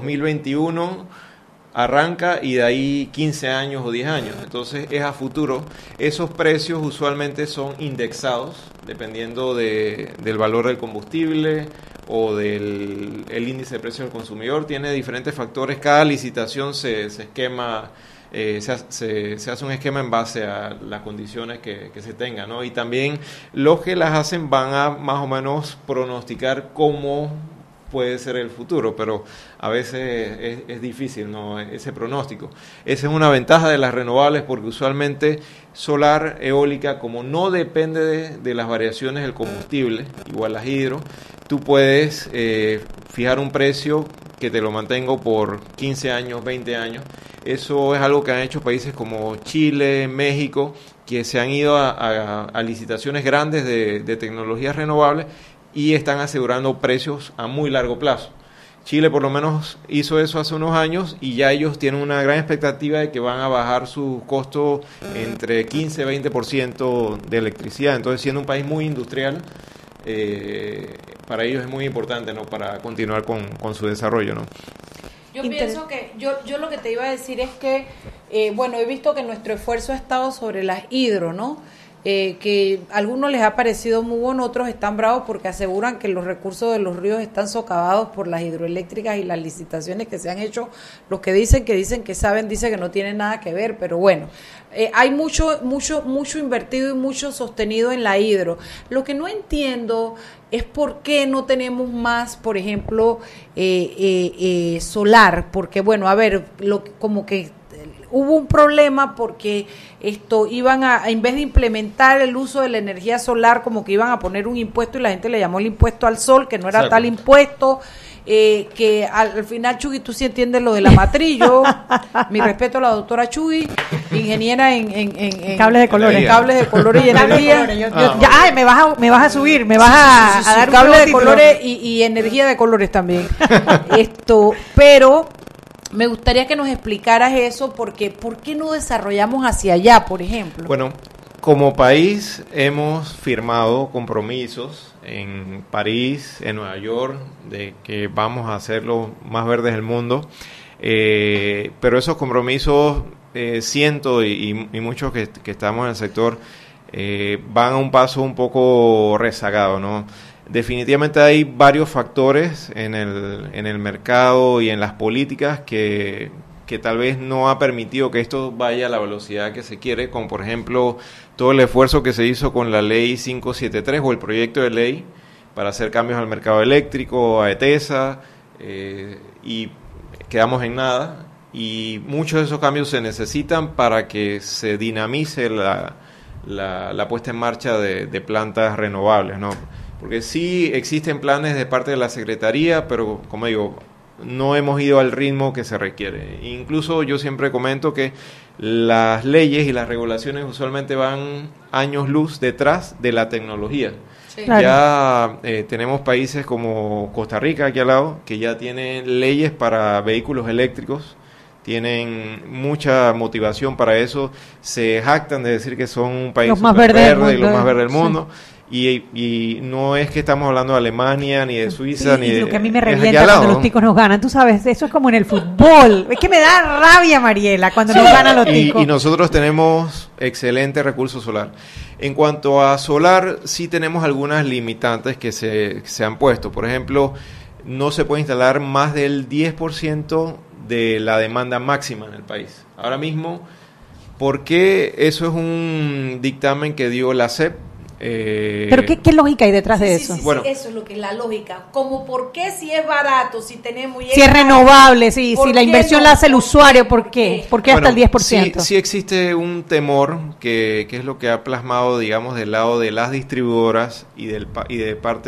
2021, arranca y de ahí 15 años o 10 años. Entonces es a futuro. Esos precios usualmente son indexados dependiendo del valor del combustible o del índice de precio del consumidor. Tiene diferentes factores. Cada licitación se esquema, se hace un esquema en base a las condiciones que se tengan, ¿no? Y también los que las hacen van a más o menos pronosticar cómo puede ser el futuro, pero a veces es difícil, ¿no?, ese pronóstico. Esa es una ventaja de las renovables porque usualmente solar, eólica, como no depende de las variaciones del combustible, igual las hidro, tú puedes fijar un precio que te lo mantengo por 15 años, 20 años. Eso es algo que han hecho países como Chile, México, que se han ido a licitaciones grandes de tecnologías renovables y están asegurando precios a muy largo plazo. Chile por lo menos hizo eso hace unos años y ya ellos tienen una gran expectativa de que van a bajar sus costos entre 15 y 20% de electricidad. Entonces, siendo un país muy industrial, para ellos es muy importante, ¿no?, para continuar con su desarrollo, ¿no? Yo pienso que, yo lo que te iba a decir es que, bueno, he visto que nuestro esfuerzo ha estado sobre las hidro, ¿no? Que a algunos les ha parecido muy bueno, otros están bravos porque aseguran que los recursos de los ríos están socavados por las hidroeléctricas y las licitaciones que se han hecho. Los que dicen que saben, dicen que no tienen nada que ver, pero bueno, hay mucho invertido y mucho sostenido en la hidro. Lo que no entiendo es por qué no tenemos más, por ejemplo, solar, porque bueno, a ver, como que hubo un problema porque iban en vez de implementar el uso de la energía solar, como que iban a poner un impuesto y la gente le llamó el impuesto al sol, que no era tal impuesto, que al final, Chugui, tú sí entiendes lo de la matriz. Yo, mi respeto a la doctora Chugui, ingeniera en cables de colores y energía. Ay, me vas a subir, me vas a dar cables de colores y energía de colores también. Pero me gustaría que nos explicaras eso, porque ¿por qué no desarrollamos hacia allá, por ejemplo? Bueno, como país hemos firmado compromisos en París, en Nueva York, de que vamos a ser los más verdes del mundo, pero esos compromisos, siento y muchos que estamos en el sector, van a un paso un poco rezagado, ¿no? Definitivamente hay varios factores en el mercado y en las políticas que tal vez no ha permitido que esto vaya a la velocidad que se quiere, como por ejemplo todo el esfuerzo que se hizo con la ley 573 o el proyecto de ley para hacer cambios al mercado eléctrico, a ETESA, y quedamos en nada. Y muchos de esos cambios se necesitan para que se dinamice la puesta en marcha de plantas renovables, ¿no? Porque sí existen planes de parte de la Secretaría, pero como digo, no hemos ido al ritmo que se requiere. Incluso yo siempre comento que las leyes y las regulaciones usualmente van años luz detrás de la tecnología. Sí. Claro. Ya tenemos países como Costa Rica, aquí al lado, que ya tienen leyes para vehículos eléctricos, tienen mucha motivación para eso, se jactan de decir que son un país más verde y los más verdes del mundo. Sí. Y no es que estamos hablando de Alemania, ni de Suiza, ni de... Lo que a mí me revienta cuando los ticos nos ganan, tú sabes, eso es como en el fútbol. Es que me da rabia, Mariela, cuando nos ganan los ticos. Y nosotros tenemos excelente recurso solar. En cuanto a solar, sí tenemos algunas limitantes que se han puesto. Por ejemplo, no se puede instalar más del 10% de la demanda máxima en el país. Ahora mismo, ¿por qué? Eso es un dictamen que dio la CEP. ¿Pero qué lógica hay detrás de eso? Bueno, eso es lo que es la lógica. Como por qué si es barato, si tenemos... Si es renovable, si la inversión la hace el usuario, ¿por qué? ¿Por qué hasta el 10%? Sí existe un temor que es lo que ha plasmado, digamos, del lado de las distribuidoras y de parte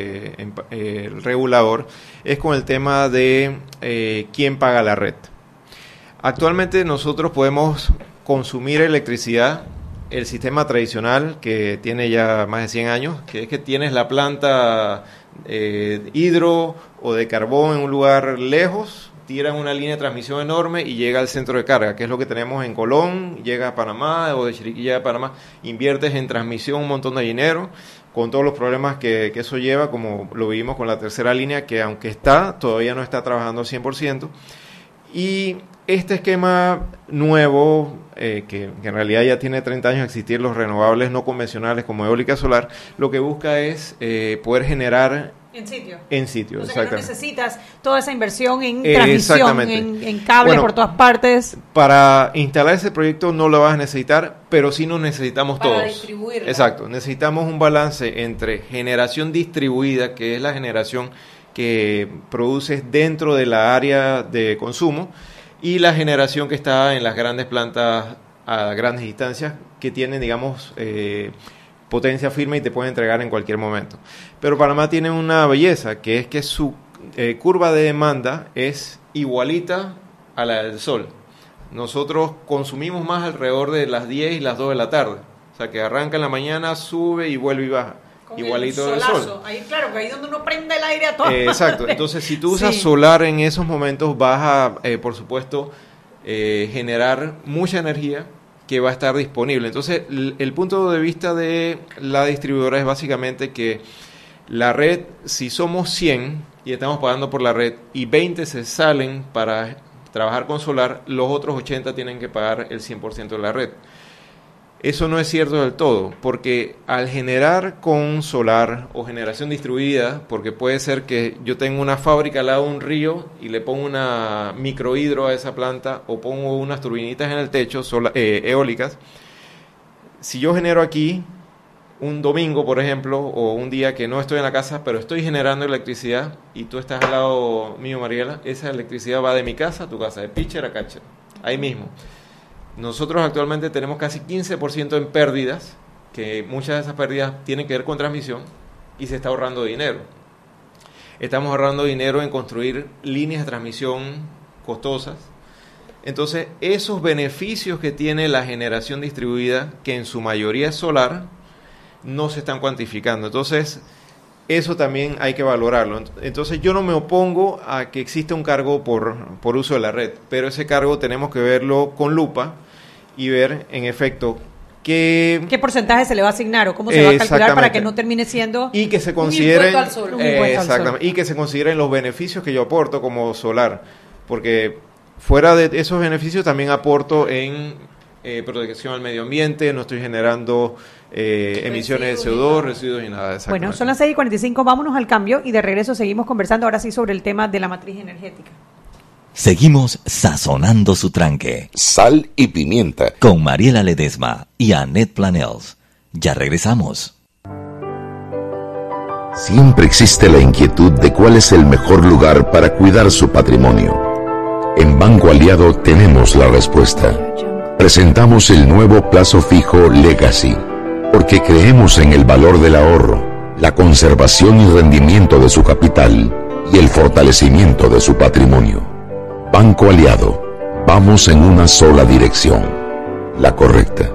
del regulador, es con el tema de quién paga la red. Actualmente nosotros podemos consumir electricidad. El sistema tradicional, que tiene ya más de 100 años, que es que tienes la planta hidro o de carbón en un lugar lejos, tiran una línea de transmisión enorme y llega al centro de carga, que es lo que tenemos en Colón, llega a Panamá, o de Chiriquí llega a Panamá, inviertes en transmisión un montón de dinero, con todos los problemas que eso lleva, como lo vimos con la tercera línea, que aunque todavía no está trabajando al 100%, y este esquema nuevo, que en realidad ya tiene 30 años de existir, los renovables no convencionales como eólica solar, lo que busca es poder generar en sitio. O sea, que no necesitas toda esa inversión en transmisión, en cables por todas partes. Para instalar ese proyecto no lo vas a necesitar, pero sí nos necesitamos todos. Para distribuirla. Exacto, necesitamos un balance entre generación distribuida, que es la generación que produces dentro de la área de consumo, y la generación que está en las grandes plantas a grandes distancias que tienen, digamos, potencia firme y te pueden entregar en cualquier momento. Pero Panamá tiene una belleza, que es que su curva de demanda es igualita a la del sol. Nosotros consumimos más alrededor de las 10 y las 2 de la tarde. O sea, que arranca en la mañana, sube y vuelve y baja. Con igualito del sol. Ahí, claro, que ahí donde uno prende el aire a todo. Exacto. Entonces, si tú usas solar en esos momentos, vas a, por supuesto, generar mucha energía que va a estar disponible. Entonces, el punto de vista de la distribuidora es básicamente que la red, si somos 100 y estamos pagando por la red y 20 se salen para trabajar con solar, los otros 80 tienen que pagar el 100% de la red. Eso no es cierto del todo, porque al generar con solar o generación distribuida, porque puede ser que yo tenga una fábrica al lado de un río y le pongo una microhidro a esa planta o pongo unas turbinitas en el techo eólicas, si yo genero aquí un domingo, por ejemplo, o un día que no estoy en la casa, pero estoy generando electricidad y tú estás al lado mío, Mariela, esa electricidad va de mi casa a tu casa, de pitcher a catcher, ahí mismo. Nosotros actualmente tenemos casi 15% en pérdidas, que muchas de esas pérdidas tienen que ver con transmisión, y se está ahorrando dinero. Estamos ahorrando dinero en construir líneas de transmisión costosas. Entonces, esos beneficios que tiene la generación distribuida, que en su mayoría es solar, no se están cuantificando. Entonces, eso también hay que valorarlo. Entonces, yo no me opongo a que exista un cargo por uso de la red, pero ese cargo tenemos que verlo con lupa y ver, en efecto, qué porcentaje se le va a asignar o cómo se va a calcular para que no termine siendo y que se consideren, un impuesto al sol. Y que se consideren los beneficios que yo aporto como solar, porque fuera de esos beneficios también aporto en protección al medio ambiente, no estoy generando emisiones de CO2, residuos y nada. Bueno, son las 6:45, vámonos al cambio y de regreso seguimos conversando ahora sí sobre el tema de la matriz energética. Seguimos sazonando su tranque. Sal y pimienta. Con Mariela Ledesma y Annette Planels. Ya regresamos. Siempre existe la inquietud de cuál es el mejor lugar para cuidar su patrimonio. En Banco Aliado tenemos la respuesta. Presentamos el nuevo plazo fijo Legacy, porque creemos en el valor del ahorro, la conservación y rendimiento de su capital y el fortalecimiento de su patrimonio. Banco Aliado, vamos en una sola dirección, la correcta.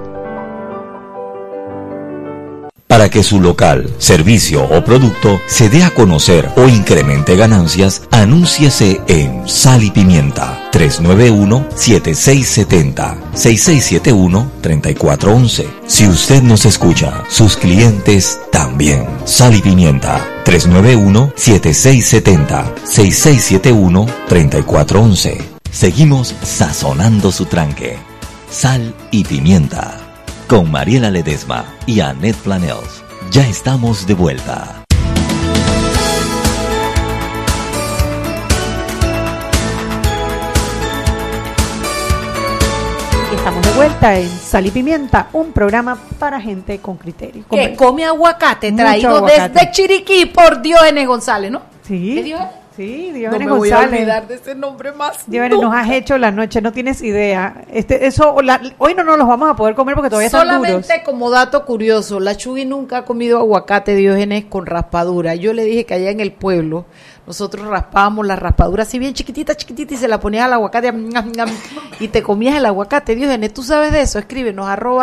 Para que su local, servicio o producto se dé a conocer o incremente ganancias, anúnciese en Sal y Pimienta 391-7670-6671-3411. Si usted nos escucha, sus clientes también también. Sal y Pimienta, 391-7670-6671-3411. Seguimos sazonando su tranque. Sal y Pimienta. Con Mariela Ledesma y Annette Planels. Ya estamos de vuelta. Estamos de vuelta en Sal y Pimienta, un programa para gente con criterio. Que come aguacate, Mucho traído aguacate. desde Chiriquí por Diógenes González, ¿no? Sí. ¿Qué Diógenes? Sí, No Diógenes me voy a González. olvidar de ese nombre más. Diógenes, nos has hecho la noche, no tienes idea. Hoy no nos los vamos a poder comer porque todavía están duros. Solamente como dato curioso, la Chugui nunca ha comido aguacate, Diógenes, con raspadura. Yo le dije que allá en el pueblo nosotros raspábamos la raspadura así bien chiquitita, y se la ponías al aguacate y te comías el aguacate. Diógenes, ¿tú sabes de eso? Escríbenos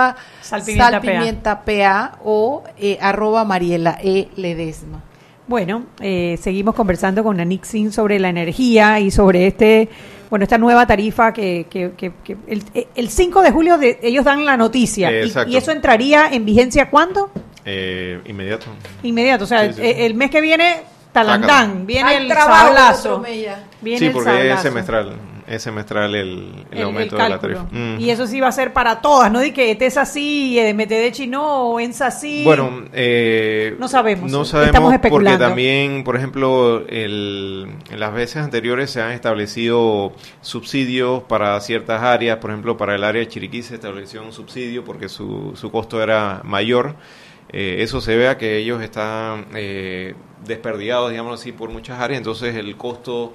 @salpimienta_pa o @Mariela Ledesma. Bueno, seguimos conversando con Anixin sobre la energía y sobre esta nueva tarifa que el 5 de julio ellos dan la noticia. Y eso entraría en vigencia ¿cuándo? Inmediato. Inmediato, o sea, Sí. el mes que viene, talandán, viene Hay el trabajo, sablazo. otro mella. Viene Sí, el porque sablazo. es semestral el aumento de la cálculo. tarifa. Y eso sí va a ser para todas, ¿no? De que es así, de chino o en así. Bueno, no sabemos. No sabemos Estamos porque especulando. también, por ejemplo, en las veces anteriores se han establecido subsidios para ciertas áreas. Por ejemplo, para el área de Chiriquí se estableció un subsidio porque su costo era mayor. Eso se vea que ellos están desperdigados, digamos así, por muchas áreas. Entonces el costo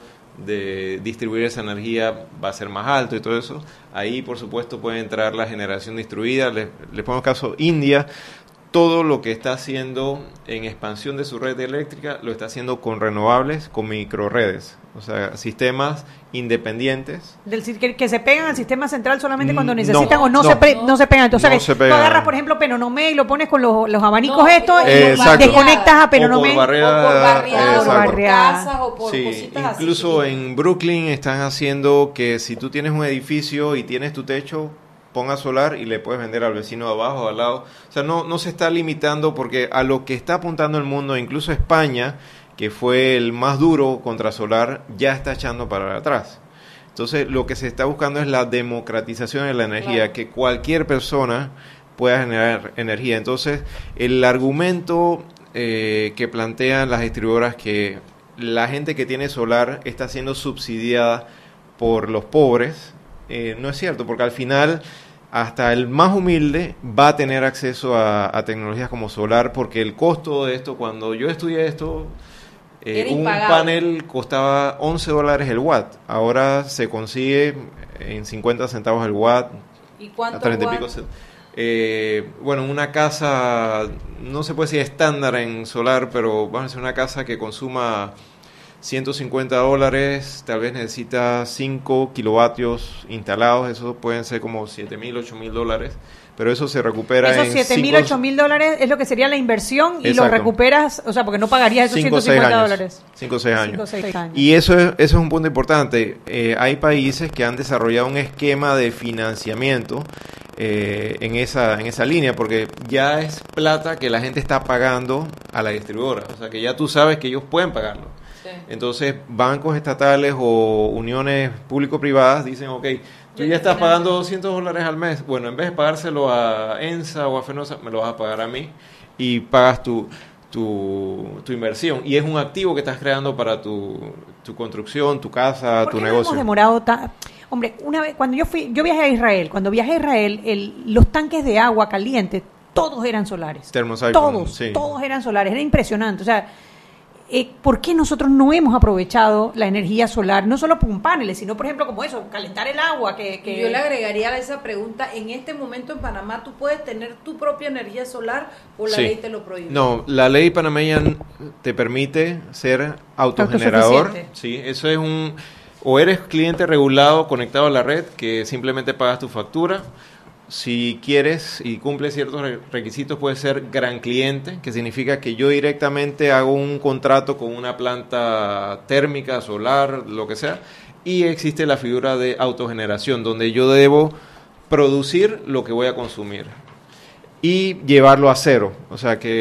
de distribuir esa energía va a ser más alto y todo eso. Ahí, por supuesto, puede entrar la generación distribuida. Les pongo caso, India, todo lo que está haciendo en expansión de su red eléctrica lo está haciendo con renovables, con microredes, o sea, sistemas independientes. Que se pegan al sistema central solamente cuando necesitan no, o no se pegan. O sea, no que se tú pegan. agarras, por ejemplo, Penonomé y lo pones con los abanicos No, estos y exacto. desconectas a Penonomé. O por barriada, O por barriadas, o por barriada. casas, o por Sí, cositas así. incluso en Brooklyn están haciendo que si tú tienes un edificio y tienes tu techo, ponga solar y le puedes vender al vecino de abajo, al lado. O sea, no se está limitando porque a lo que está apuntando el mundo, incluso España, que fue el más duro contra solar, ya está echando para atrás. Entonces, lo que se está buscando es la democratización de la energía, Claro. que cualquier persona pueda generar energía. Entonces, el argumento que plantean las distribuidoras que la gente que tiene solar está siendo subsidiada por los pobres, no es cierto, porque al final hasta el más humilde va a tener acceso a tecnologías como solar, porque el costo de esto, cuando yo estudié esto, Era un impagable. panel costaba $11 el watt, ahora se consigue en 50 centavos el watt, ¿Y a cuánto 30 y watt? pico. Bueno, una casa, no se puede decir estándar en solar, pero vamos a decir una casa que consuma $150, tal vez necesita 5 kilovatios instalados, eso pueden ser como $7,000, $8,000, pero eso se recupera Esos en $7,000, $8,000 es lo que sería la inversión y lo Exacto. recuperas, o sea, porque no pagarías esos 5 o 6 $150. años. 5 o 6 años. 5 o 6 años. Y eso es un punto importante. Hay países que han desarrollado un esquema de financiamiento en esa línea, porque ya es plata que la gente está pagando a la distribuidora. O sea, que ya tú sabes que ellos pueden pagarlo. Sí. Entonces, bancos estatales o uniones público-privadas dicen, ok, tú ya estás pagando $200 al mes. Bueno, en vez de pagárselo a ENSA o a Fenosa, me lo vas a pagar a mí y pagas tu inversión. Y es un activo que estás creando para tu construcción, tu casa, ¿Por tu qué no negocio. hemos demorado Hombre, una vez, cuando yo viajé a Israel, los tanques de agua caliente, todos eran solares. Thermosyphon, Todos, sí. todos eran solares. Era impresionante. O sea, ¿por qué nosotros no hemos aprovechado la energía solar? No solo con paneles, sino, por ejemplo, como eso, calentar el agua. Y yo le agregaría a esa pregunta, en este momento en Panamá, ¿tú puedes tener tu propia energía solar o la Sí. ley te lo prohíbe? No, la ley panameña te permite ser autogenerador. Autosuficiente. Sí, eso es o eres cliente regulado conectado a la red, que simplemente pagas tu factura. Si quieres y cumples ciertos requisitos, puedes ser gran cliente, que significa que yo directamente hago un contrato con una planta térmica, solar, lo que sea, y existe la figura de autogeneración, donde yo debo producir lo que voy a consumir y llevarlo a cero. O sea que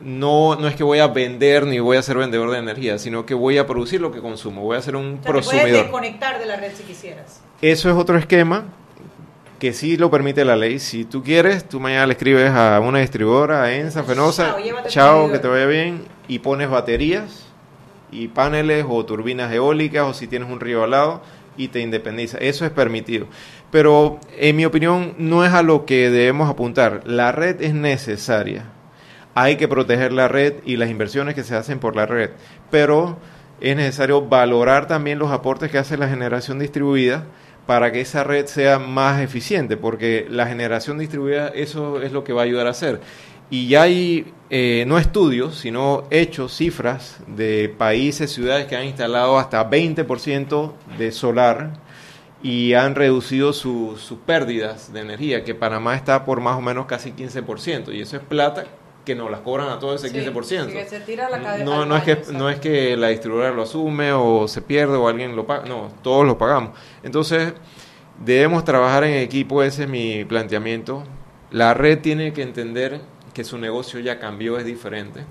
no es que voy a vender ni voy a ser vendedor de energía, sino que voy a producir lo que consumo, voy a ser un prosumidor. Te puedes desconectar de la red si quisieras. Eso es otro esquema que sí lo permite la ley. Si tú quieres, tú mañana le escribes a una distribuidora, a ENSA, Fenosa, chao, que te vaya bien, y pones baterías y paneles o turbinas eólicas, o si tienes un río al lado, y te independiza. Eso es permitido. Pero, en mi opinión, no es a lo que debemos apuntar. La red es necesaria. Hay que proteger la red y las inversiones que se hacen por la red. Pero es necesario valorar también los aportes que hace la generación distribuida para que esa red sea más eficiente, porque la generación distribuida, eso es lo que va a ayudar a hacer. Y ya hay, no estudios, sino hechos, cifras de países, ciudades que han instalado hasta 20% de solar y han reducido sus pérdidas de energía, que Panamá está por más o menos casi 15%, y eso es plata que nos las cobran a todo ese 15%. Sí, que se tira la cadena No es que la distribuidora lo asume o se pierde o alguien lo paga, no, todos lo pagamos. Entonces, debemos trabajar en equipo, ese es mi planteamiento. La red tiene que entender que su negocio ya cambió, es diferente,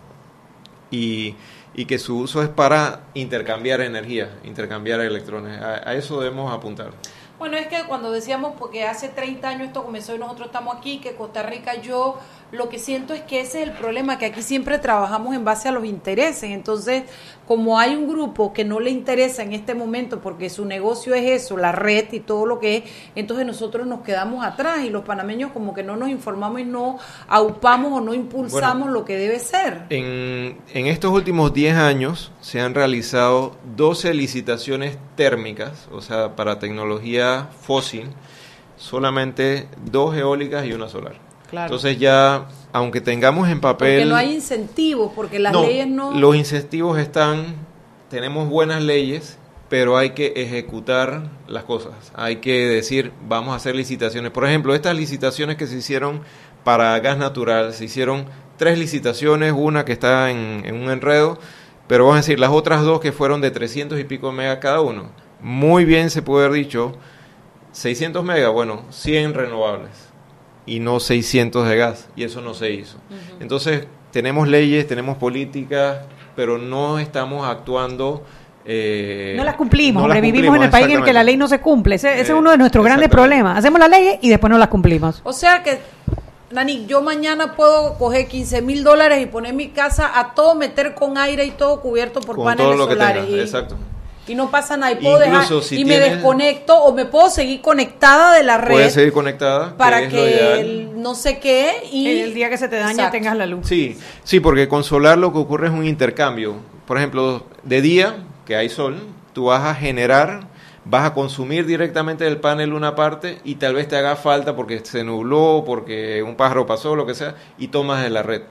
y que su uso es para intercambiar energía, intercambiar electrones. A eso debemos apuntar. Bueno, es que cuando decíamos, porque hace 30 años esto comenzó y nosotros estamos aquí, que Costa Rica, yo lo que siento es que ese es el problema, que aquí siempre trabajamos en base a los intereses. Entonces, como hay un grupo que no le interesa en este momento porque su negocio es eso, la red y todo lo que es, entonces nosotros nos quedamos atrás y los panameños como que no nos informamos y no aupamos o no impulsamos lo que debe ser. En estos últimos 10 años se han realizado 12 licitaciones térmicas, o sea, para tecnología fósil, solamente 2 eólicas y 1 solar. Claro. Entonces ya, aunque tengamos en papel... Porque no hay incentivos, porque las leyes no... Los incentivos están, tenemos buenas leyes, pero hay que ejecutar las cosas. Hay que decir, vamos a hacer licitaciones. Por ejemplo, estas licitaciones que se hicieron para gas natural, se hicieron 3 licitaciones, una que está en un enredo, pero vamos a decir, las otras 2 que fueron de 300 y pico megas cada uno. Muy bien se puede haber dicho, 600 megas, bueno, 100 renovables. Y no 600 de gas, y eso no se hizo. Uh-huh. Entonces, tenemos leyes, tenemos políticas, pero no estamos actuando... no las cumplimos, vivimos en el país en el que la ley no se cumple. Ese es uno de nuestros grandes problemas. Hacemos las leyes y después no las cumplimos. O sea que, Nani, yo mañana puedo coger $15,000 y poner mi casa a todo meter con aire y todo cubierto por con paneles todo lo solares. Que tenga, exacto. Y no pasa nada, y puedo dejar, si me desconecto o me puedo seguir conectada de la red. Puedes seguir conectada. Para que el no sé qué y el día que se te dañe tengas la luz. Sí, porque con solar lo que ocurre es un intercambio. Por ejemplo, de día, que hay sol, tú vas a generar, vas a consumir directamente del panel una parte y tal vez te haga falta porque se nubló, porque un pájaro pasó, lo que sea, y tomas de la red.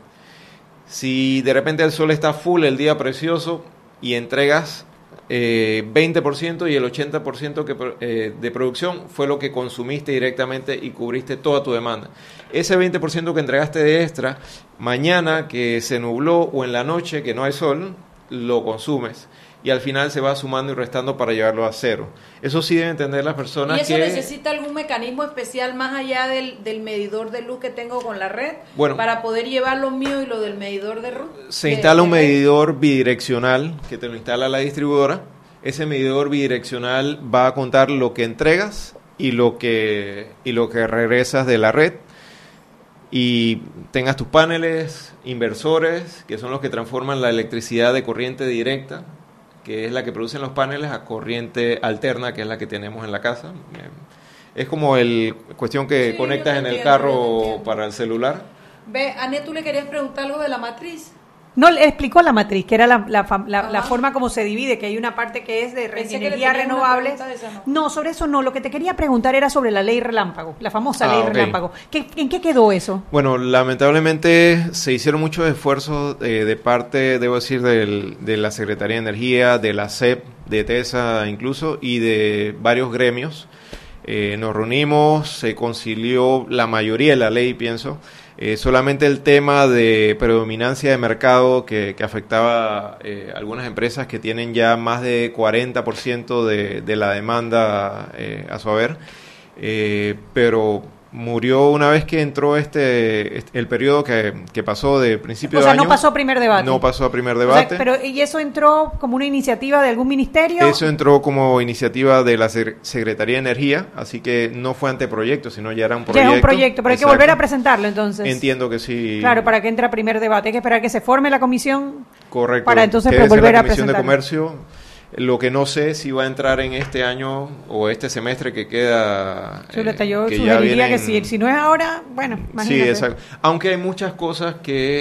Si de repente el sol está full, el día precioso, y entregas 20% y el 80% de producción fue lo que consumiste directamente y cubriste toda tu demanda. Ese 20% que entregaste de extra, mañana que se nubló o en la noche que no hay sol, lo consumes. Y al final se va sumando y restando para llevarlo a cero. Eso sí deben entender las personas. ¿Y eso necesita algún mecanismo especial más allá del medidor de luz que tengo con la red? Bueno, para poder llevar lo mío y lo del medidor de luz. Se instala un medidor bidireccional que te lo instala la distribuidora. Ese medidor bidireccional va a contar lo que entregas y lo que regresas de la red. Y tengas tus paneles, inversores, que son los que transforman la electricidad de corriente directa, que es la que producen los paneles, a corriente alterna, que es la que tenemos en la casa. Es como cuestión que conectas en el carro para el celular. Ve, Anet, ¿tú le querías preguntar algo de la matriz? No, le explicó la matriz, que era la forma como se divide, que hay una parte que es de energía renovable. No, sobre eso no. Lo que te quería preguntar era sobre la ley relámpago, la famosa ley relámpago. ¿En qué quedó eso? Bueno, lamentablemente se hicieron muchos esfuerzos de parte, debo decir, de la Secretaría de Energía, de la CEP, de TESA incluso, y de varios gremios. Nos reunimos, se concilió la mayoría de la ley, pienso. Solamente el tema de predominancia de mercado que afectaba algunas empresas que tienen ya más de 40% de la demanda a su haber, pero murió una vez que entró el periodo que pasó de principio de año. O sea, no pasó a primer debate. No pasó a primer debate. O sea, ¿y eso entró como una iniciativa de algún ministerio? Eso entró como iniciativa de la Secretaría de Energía, así que no fue anteproyecto, sino ya era un proyecto. Ya es un proyecto, pero hay que volver a presentarlo entonces. Entiendo que sí. Claro, para que entre a primer debate. Hay que esperar que se forme la comisión. Correcto. Para entonces volver volver a a Comisión de presentarlo. Comercio. Lo que no sé si va a entrar en este año o este semestre que queda. Chuleta, yo que sugeriría ya que si no es ahora, bueno, imagínate. Sí, exacto. Aunque hay muchas cosas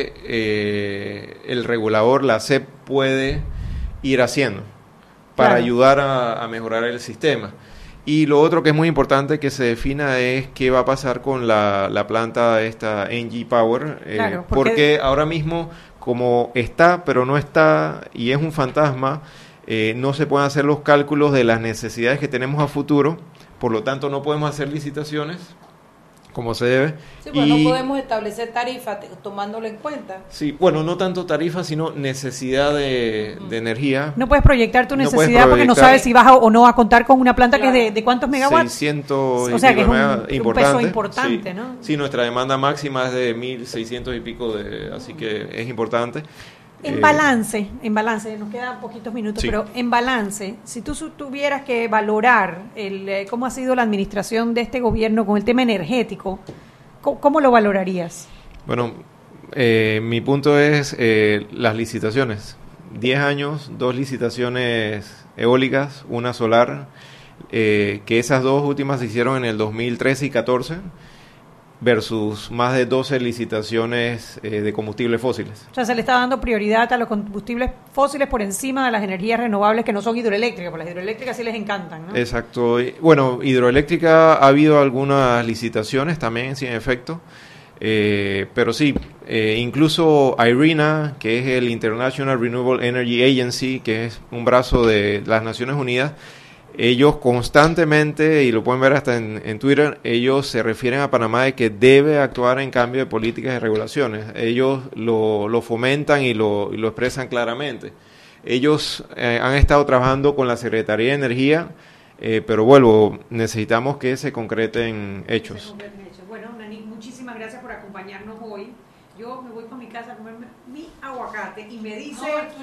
que el regulador, la SEP, puede ir haciendo para ayudar a mejorar el sistema. Y lo otro que es muy importante que se defina es qué va a pasar con la planta esta NG Power, porque ahora mismo como está, pero no está y es un fantasma, no se pueden hacer los cálculos de las necesidades que tenemos a futuro, por lo tanto no podemos hacer licitaciones como se debe. Sí, pues no podemos establecer tarifas tomándolo en cuenta. Sí, bueno, no tanto tarifas, sino necesidad de energía. No puedes proyectar tu necesidad porque no sabes si vas o no a contar con una planta que es de ¿cuántos megawatts? 600 o sea, que es un peso sí, importante, ¿no? Sí, nuestra demanda máxima es de 1.600 y pico, así que es importante. En balance, nos quedan poquitos minutos, pero en balance, si tú tuvieras que valorar cómo ha sido la administración de este gobierno con el tema energético, ¿cómo lo valorarías? Bueno, mi punto es las licitaciones. 10 años, 2 licitaciones eólicas, una solar, que esas 2 últimas se hicieron en el 2013 y 14, versus más de 12 licitaciones de combustibles fósiles. O sea, se le está dando prioridad a los combustibles fósiles por encima de las energías renovables que no son hidroeléctricas, porque las hidroeléctricas sí les encantan, ¿no? Exacto. Bueno, hidroeléctrica ha habido algunas licitaciones también, sin efecto, pero sí, incluso IRENA, que es el International Renewable Energy Agency, que es un brazo de las Naciones Unidas, ellos constantemente, y lo pueden ver hasta en Twitter, ellos se refieren a Panamá de que debe actuar en cambio de políticas y regulaciones. Ellos lo fomentan y lo expresan claramente. Ellos han estado trabajando con la Secretaría de Energía, pero vuelvo, necesitamos que se concreten hechos. Bueno, Nani, muchísimas gracias por acompañarnos hoy. Yo me voy para mi casa a comerme mi aguacate y me dice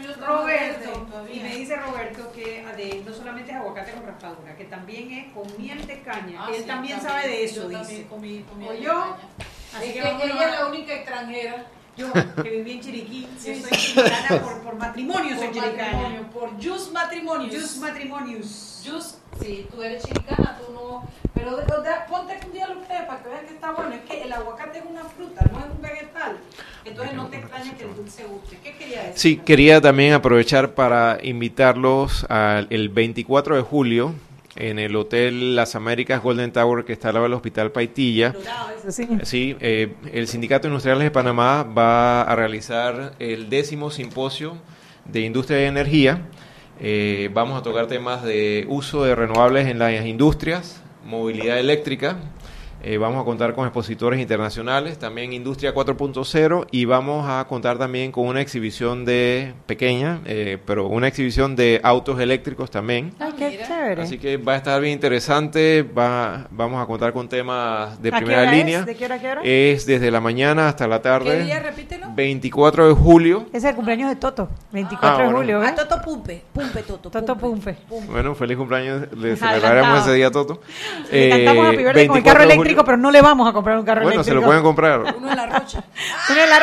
Roberto que no solamente es aguacate con raspadura, que también es con miel de caña. Él también sabe de eso, dice. O yo, así que ella es la única extranjera. Yo, que viví en Chiriquí, soy chiricana por matrimonio, soy chiricana. Por jus matrimonius. Jus, sí, tú eres chiricana, tú no. Pero ponte un día lo que para que vean que está bueno. Es que el aguacate es una fruta, no es un vegetal. Entonces no te extraña que el dulce guste. ¿Qué quería decir? Sí, quería también aprovechar para invitarlos el 24 de julio en el Hotel Las Américas Golden Tower, que está al lado del Hospital Paitilla. Sí, el Sindicato Industriales de Panamá va a realizar el 10º simposio de Industria y Energía. Vamos a tocar temas de uso de renovables en las industrias, movilidad eléctrica. Vamos a contar con expositores internacionales, también Industria 4.0, y vamos a contar también con una exhibición pequeña, pero una exhibición de autos eléctricos también. Ay, qué chévere. Así que va a estar bien interesante. Vamos a contar con temas de primera línea. ¿De qué hora a qué hora? Es desde la mañana hasta la tarde. ¿Qué día? Repítelo. 24 de julio. Es el cumpleaños de Toto, 24 de julio. A Toto Pumpe. Toto Pumpe. Bueno, feliz cumpleaños. Le celebraremos ese día a Toto. Le cantamos Happy Birthday con el carro eléctrico, pero no le vamos a comprar un carro eléctrico. Bueno, se lo pueden comprar. Uno en la Rocha. Uno en la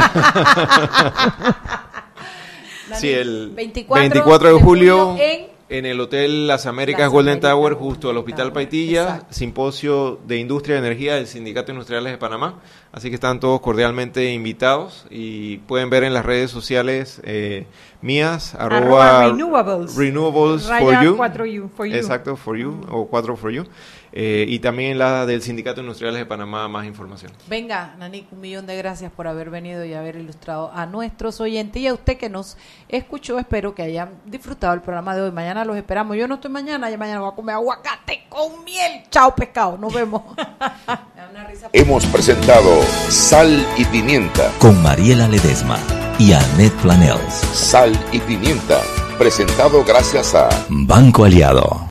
Rocha. Sí, el 24 de julio en el Hotel Las Américas Golden Tower, justo al Hospital Paitilla, exacto. Simposio de Industria y Energía del Sindicato Industriales de Panamá. Así que están todos cordialmente invitados y pueden ver en las redes sociales mías, @renewables for you. 4U, for you. Exacto, for you, o 4for you. Y también la del Sindicato Industriales de Panamá, más información. Venga, Nanik, 1.000.000 de gracias por haber venido y haber ilustrado a nuestros oyentes y a usted que nos escuchó. Espero que hayan disfrutado el programa de hoy. Mañana los esperamos. Yo no estoy mañana, ya mañana voy a comer aguacate con miel. Chao, pescado, nos vemos. Hemos presentado Sal y Pimienta con Mariela Ledesma y Annette Planels. Sal y Pimienta, presentado gracias a Banco Aliado.